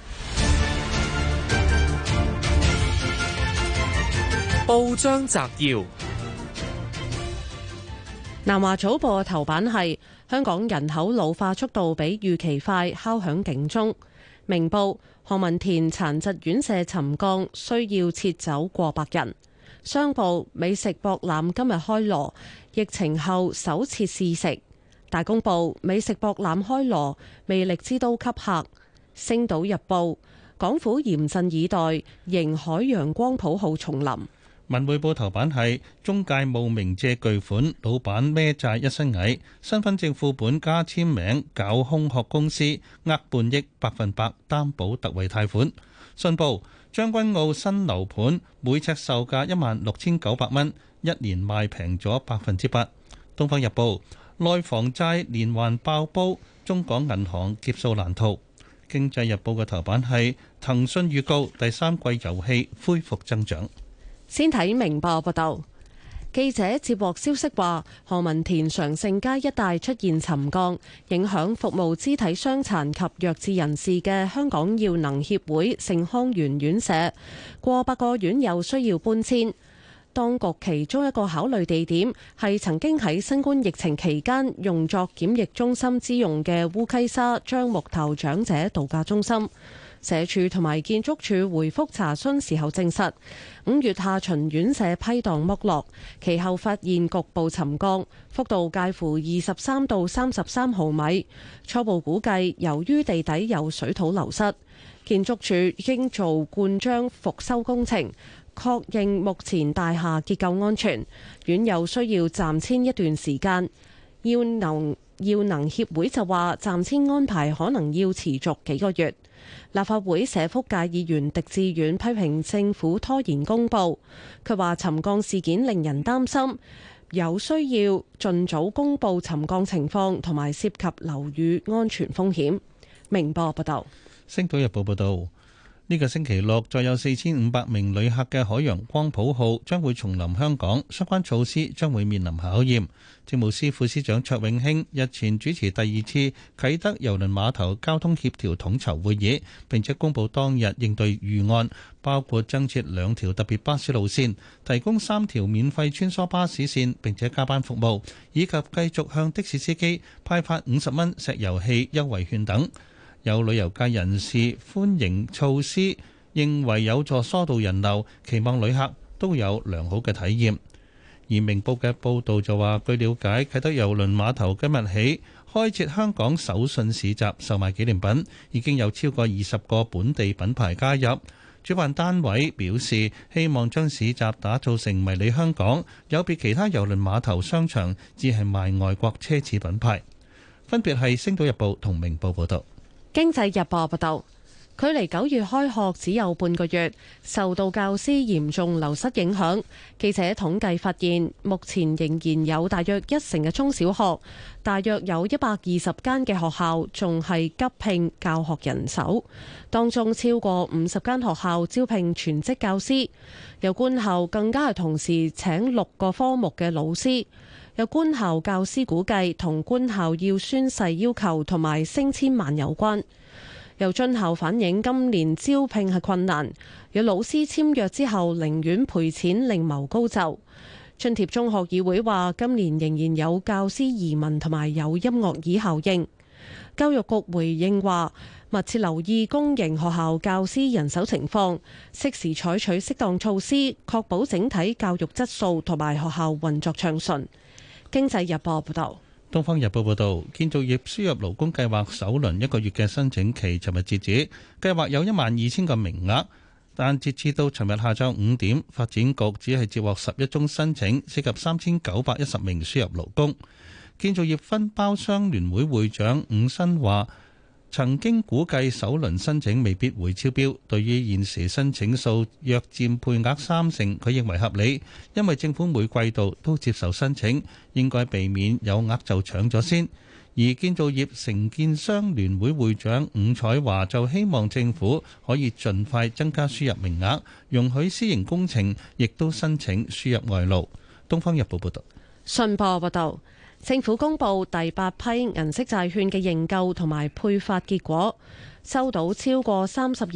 報章摘要： 南華早報頭版係香港人口老化速度比預期快，敲響警鐘。明報：何文田殘疾院舍沉降，需要撤走過百人。商報：美食博覽今日開鑼，疫情後首次試食。大公報：美食博覽開鑼，魅力之都吸客。星島日報：港府嚴陣以待，迎海洋光譜號重臨。 文匯報頭版係中介冒名借巨款，老闆孭債一身蟻，身份證副本加簽名搞空殼公司，呃半億100%擔保特惠貸款。信報：將軍澳新樓盤每尺售價16,900蚊，一年賣平咗8%。東方日報：內房債連環爆煲，中港銀行劫數難逃。經濟日報嘅頭版係騰訊預告第三季遊戲恢復增長。 先睇明報報道，記者接獲消息話，何文田常盛街一帶出現沉降，影響服務肢體傷殘及弱智人士嘅香港耀能協會盛康園院舍，過百個院友需要搬遷。當局其中一個考慮地點係曾經喺新冠疫情期間用作檢疫中心之用嘅烏溪沙樟木頭長者度假中心。社署同埋建築署回覆查詢時候證實，5月下旬院舍批盪剝落，其後發現局部沉降，幅度介乎23到33毫米。初步估計，由於地底有水土流失，建築署已經做灌漿復修工程，確認目前大廈結構安全，院友需要暫遷一段時間。耀能協會就話，暫遷安排可能要持續幾個月。立法會社福界議員狄志遠批評政府拖延公佈，佢話沉降事件令人擔心， 有需要盡早公布沉降情況同埋涉及樓宇安全風險。明報報道。 星島日報報道，呢個星期六再有4500名旅客嘅海洋光譜號將會重臨香港，相關措施將會面臨考驗。政務司副司長卓永興日前主持第2次啟德郵輪碼頭交通協調統籌會議，並且公布當日應對預案，包括增設2條特別巴士路線，提供3條免費穿梭巴士線，並且加班服務，以及繼續向的士司機派發50蚊石油氣優惠券等。有旅遊界人士歡迎措施，認為有助疏導人流，期望旅客都有良好嘅體驗。而明報嘅報導就話，據了解，啟德郵輪碼頭今日起開設香港手信市集，售賣紀念品，已經有超過20個本地品牌加入。主辦單位表示，希望將市集打造成迷你香港，有別其他郵輪碼頭商場只係賣外國奢侈品牌。分別係《星島日報》同《明報》報導。 經濟日報報道，距離9月開學只有半個月，受到教師嚴重流失影響。記者統計發現，目前仍然有大約1成嘅中小學，大約有120間嘅學校仲係急聘教學人手，當中超過50間學校招聘全職教師，有官校更加係同時請6個科目嘅老師。有官校教師估計，同官校要宣誓要求同埋升遷慢有關。有津校反映今年招聘係困難，有老師簽約之後寧願賠錢另謀高就。津貼中學議會話，今年仍然有教師移民同埋有音樂椅效應。教育局回應話，密切留意公營學校教師人手情況，適時採取適當措施，確保整體教育質素同埋學校運作暢順。經濟日報報道。 東方日報報導，建造業輸入勞工計劃首輪1個月嘅申請期尋日截止，計劃有12000個名額，但截至到尋日下晝5點，發展局只係接獲11宗申請，涉及3910名輸入勞工。建造業分包商聯會會長伍新華曾經估計首輪申請未必會超標，對於現時申請數約佔配額30%，佢認為合理，因為政府每季度都接受申請，應該避免有額就搶咗先。而建造業承建商聯會會長伍彩華就希望政府可以盡快增加輸入名額，容許私營工程亦都申請輸入外勞。《東方日報》報道。 信報報道。政府公布第8批銀色債券嘅認購同埋配發結果，收到超過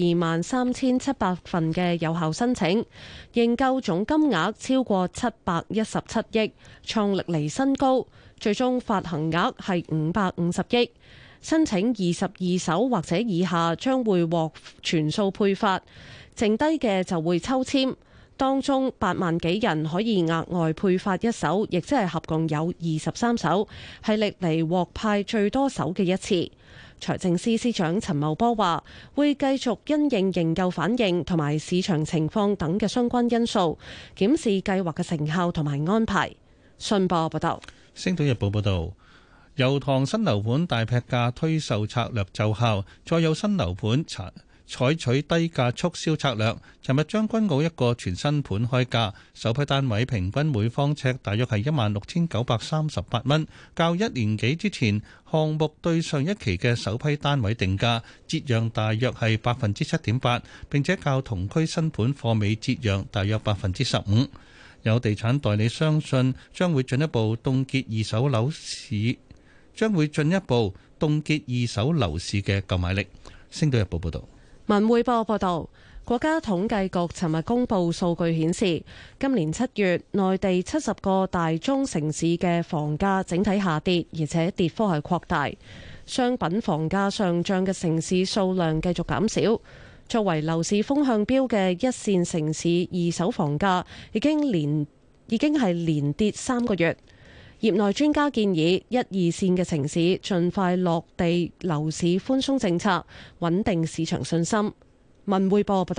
323700份嘅有效申請，認購總金額超過717億，創歷嚟新高，最終發行額係550億。申請22手或者以下將會獲全數配發，剩低嘅就會抽籤。當中8萬幾人可以額外配發1手，亦即係合共有23手，係歷嚟獲派最多手嘅一次。財政司司長陳茂波話，會繼續因應認購反應同埋市場情況等嘅相關因素，檢視計劃嘅成效同埋安排。信報報道。 星島日報報道，油塘新樓盤大劈價推售策略奏效，再有新樓盤採取低價促銷策略。尋日將軍澳一個全新盤開價，首批單位平均每方尺大約係16,938蚊，較1年幾之前項目對上一期嘅首批單位定價折讓大約係7.8%，並且較同區新盤貨尾折讓大約15%。有地產代理相信將會進一步凍結二手樓市嘅購買力。星島日報報道。 文匯報報道，國家統計局尋日公布數據顯示，今年7月內地70個大中城市嘅房價整體下跌，而且跌幅係擴大。商品房價上漲嘅城市數量繼續減少。作為樓市風向標嘅一線城市二手房價已經係連跌3個月。業內專家建議1、2線嘅城市盡快落地樓市寬鬆政策，穩定市場信心。文匯報報道。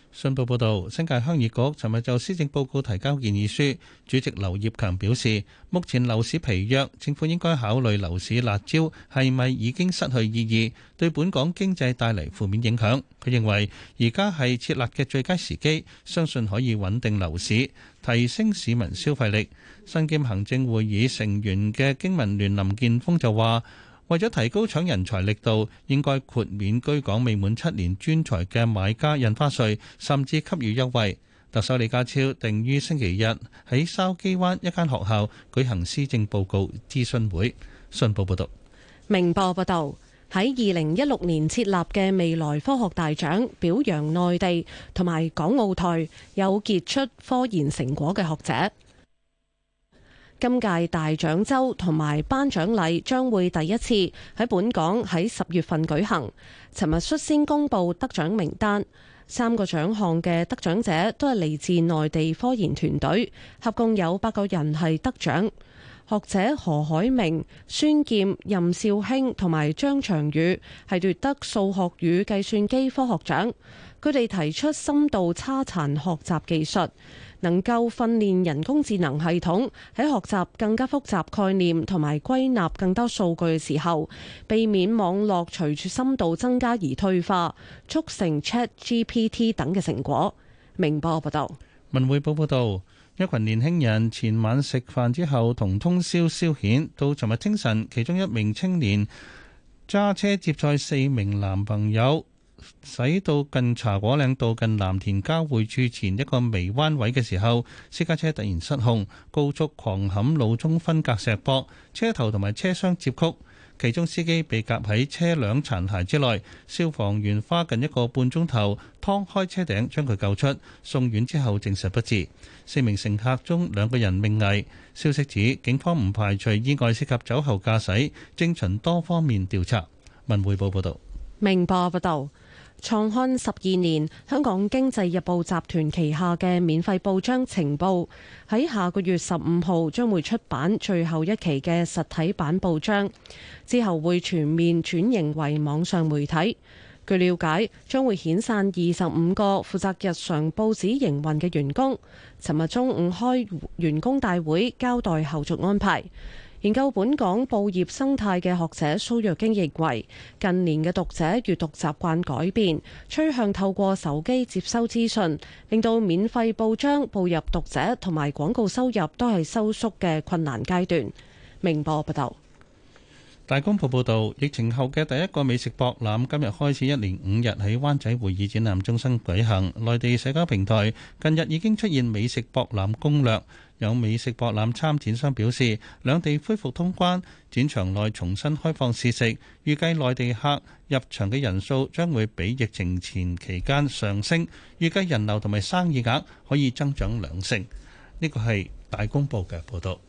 信報報導，新界鄉議局尋日就施政報告提交建議書，主席劉業強表示，目前樓市疲弱，政府應該考慮樓市辣招係咪已經失去意義，對本港經濟帶嚟負面影響。佢認為而家係撤辣嘅最佳時機，相信可以穩定樓市，提升市民消費力。身兼行政會議成員嘅經民聯林健鋒就話，為咗提高搶人才力度，應該豁免居港未滿7年專才嘅買家印花稅，甚至給予優惠。特首李家超定於星期日喺筲箕灣一間學校舉行施政報告諮詢會。信報報道。 明報報道，喺2016年設立嘅未來科學大獎，表揚內地同埋港澳台有傑出科研成果嘅學者。今屆大獎週同埋頒獎禮將會第一次喺本港喺10月份舉行。尋日率先公布得獎名單，3個獎項嘅得獎者都係嚟自內地科研團隊，合共有8個人係得獎。學者何海明、孫劍、任少卿同埋張長宇係奪得數學與計算機科學獎。佢哋提出深度差殘學習技術，能夠訓練人工智能系統喺學習更加複雜概念同埋歸納更多數據嘅時候，避免網絡隨住深度增加而退化，促成 ChatGPT 等嘅成果。明報報道。 文匯報報道，一群年輕人前晚食飯之後同通宵消遣，到尋日清晨，其中一名青年揸車接載4名男朋友，駛到近茶果嶺道近藍田交匯處前一個微彎位嘅時候，私家車突然失控，高速狂冚路中分隔石壆，車頭同埋車廂接曲，其中司機被夾喺車輛殘骸之內，消防員花近1個半鐘頭劏開車頂將佢救出，送院之後證實不治。4名乘客中2個人命危。消息指警方唔排除意外涉及酒後駕駛，正循多方面調查。文匯報報道。 明報報道。創刊12年，香港經濟日報集團旗下嘅免費報章《晴報》喺下個月15號將會出版最後一期嘅實體版報章，之後會全面轉型為網上媒體。據了解，將會遣散25個負責日常報紙營運嘅員工。尋日中午開員工大會，交代後續安排。研究本港報業生態嘅學者蘇若京認為，近年嘅讀者閱讀習慣改變，趨向透過手機接收資訊，令到免費報章步入讀者同埋廣告收入都係收縮嘅困難階段。明報報道。 大公報報導，疫情後嘅第一個美食博覽今日開始，一連5日喺灣仔會議展覽中心舉行。內地社交平台近日已經出現美食博覽攻略，有美食博覽參展商表示，兩地恢復通關，展場內重新開放試食，預計內地客入場嘅人數將會比疫情前期間上升，預計人流同埋生意額可以增長2成。呢個係大公報嘅報導。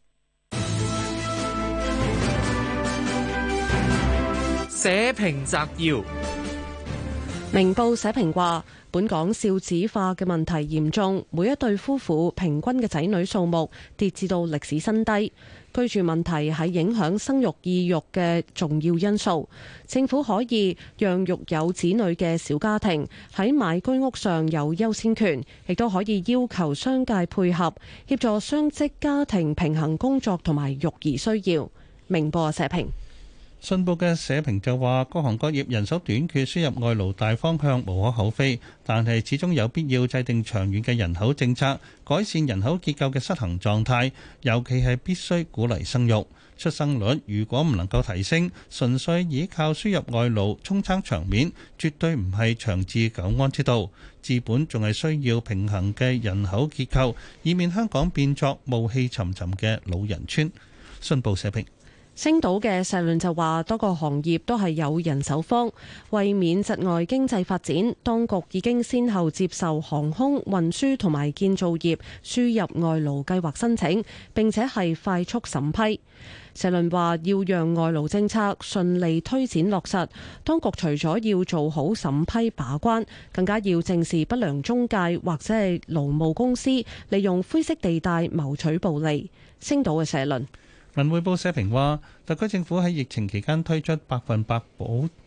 社評摘要： 明報社評話，本港少子化嘅問題嚴重，每一對夫婦平均嘅仔女數目跌至到歷史新低，居住問題係影響生育意欲嘅重要因素。政府可以讓育有子女嘅小家庭喺買居屋上有優先權，亦都可以要求商界配合，協助雙職家庭平衡工作同埋育兒需要。明報社評。 信報嘅社評就話，各行各業人手短缺，輸入外勞大方向無可厚非，但係始終有必要制定長遠嘅人口政策，改善人口結構嘅失衡狀態，尤其係必須鼓勵生育。出生率如果唔能夠提升，純粹依靠輸入外勞充撐場面，絕對唔係長治久安之道。治本仲係需要平衡嘅人口結構，以免香港變作暮氣沉沉嘅老人村。信報社評。 星島嘅社論就話，多個行業都係有人手荒，為免窒礙經濟發展，當局已經先後接受航空運輸同埋建造業輸入外勞計劃申請，並且係快速審批。社論話，要讓外勞政策順利推展落實，當局除咗要做好審批把關，更加要正視不良中介或者係勞務公司利用灰色地帶謀取暴利。星島嘅社論。 文匯報社評話，特區政府喺疫情期間推出百分百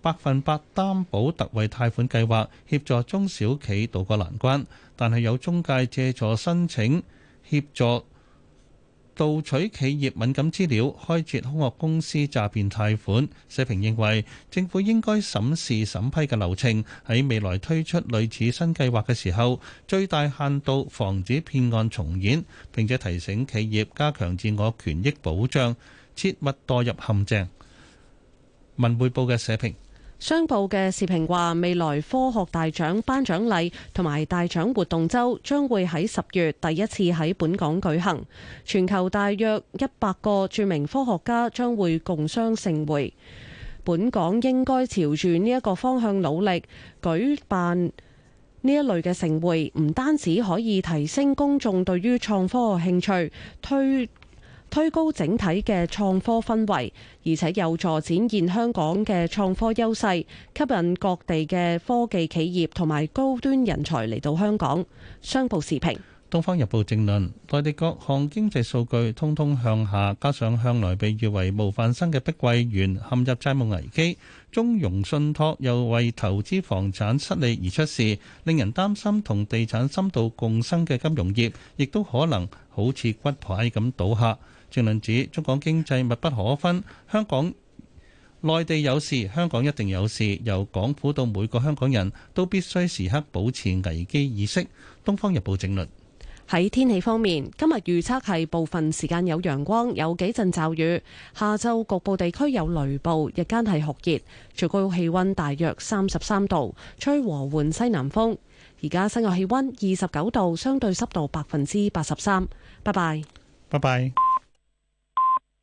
100%擔保特惠貸款計劃，協助中小企渡過難關，但係有中介借助申請協助盜取企業敏感資料，開設空殼公司詐騙貸款。社評認為政府應該審視審批嘅流程，喺未來推出類似新計劃嘅時候，最大限度防止騙案重演，並且提醒企業加強自我權益保障，切勿墮入陷阱。文匯報嘅社評。 商報嘅時評話，未來科學大獎頒獎禮同埋大獎活動週將會喺10月第一次喺本港舉行，全球大約100個著名科學家將會共襄盛會。本港應該朝住呢一個方向努力，舉辦呢一類嘅盛會，唔單止可以提升公眾對於創科嘅興趣，推高整體嘅創科氛圍，而且有助展現香港嘅創科優勢，吸引各地嘅科技企業同埋高端人才嚟到香港。商報時評。《 東方日報》正論：內地各項經濟數據通通向下，加上向來被譽為模範生嘅碧桂園陷入債務危機，中融信託又為投資房產失利而出事，令人擔心同地產深度共生嘅金融業，亦都可能好似骨牌咁倒下。正論指中港經濟密不可分，內地有事，香港一定有事，由港府到每個香港人都必須時刻保持危機意識。《東方日報》正論。 喺天氣方面，今日預測係部分時間有陽光，有幾陣驟雨，下晝局部地區有雷暴，日間係酷熱，最高氣溫大約33度，吹和緩西南風。而家室外氣溫29度，相對濕度83%。拜拜。 拜拜。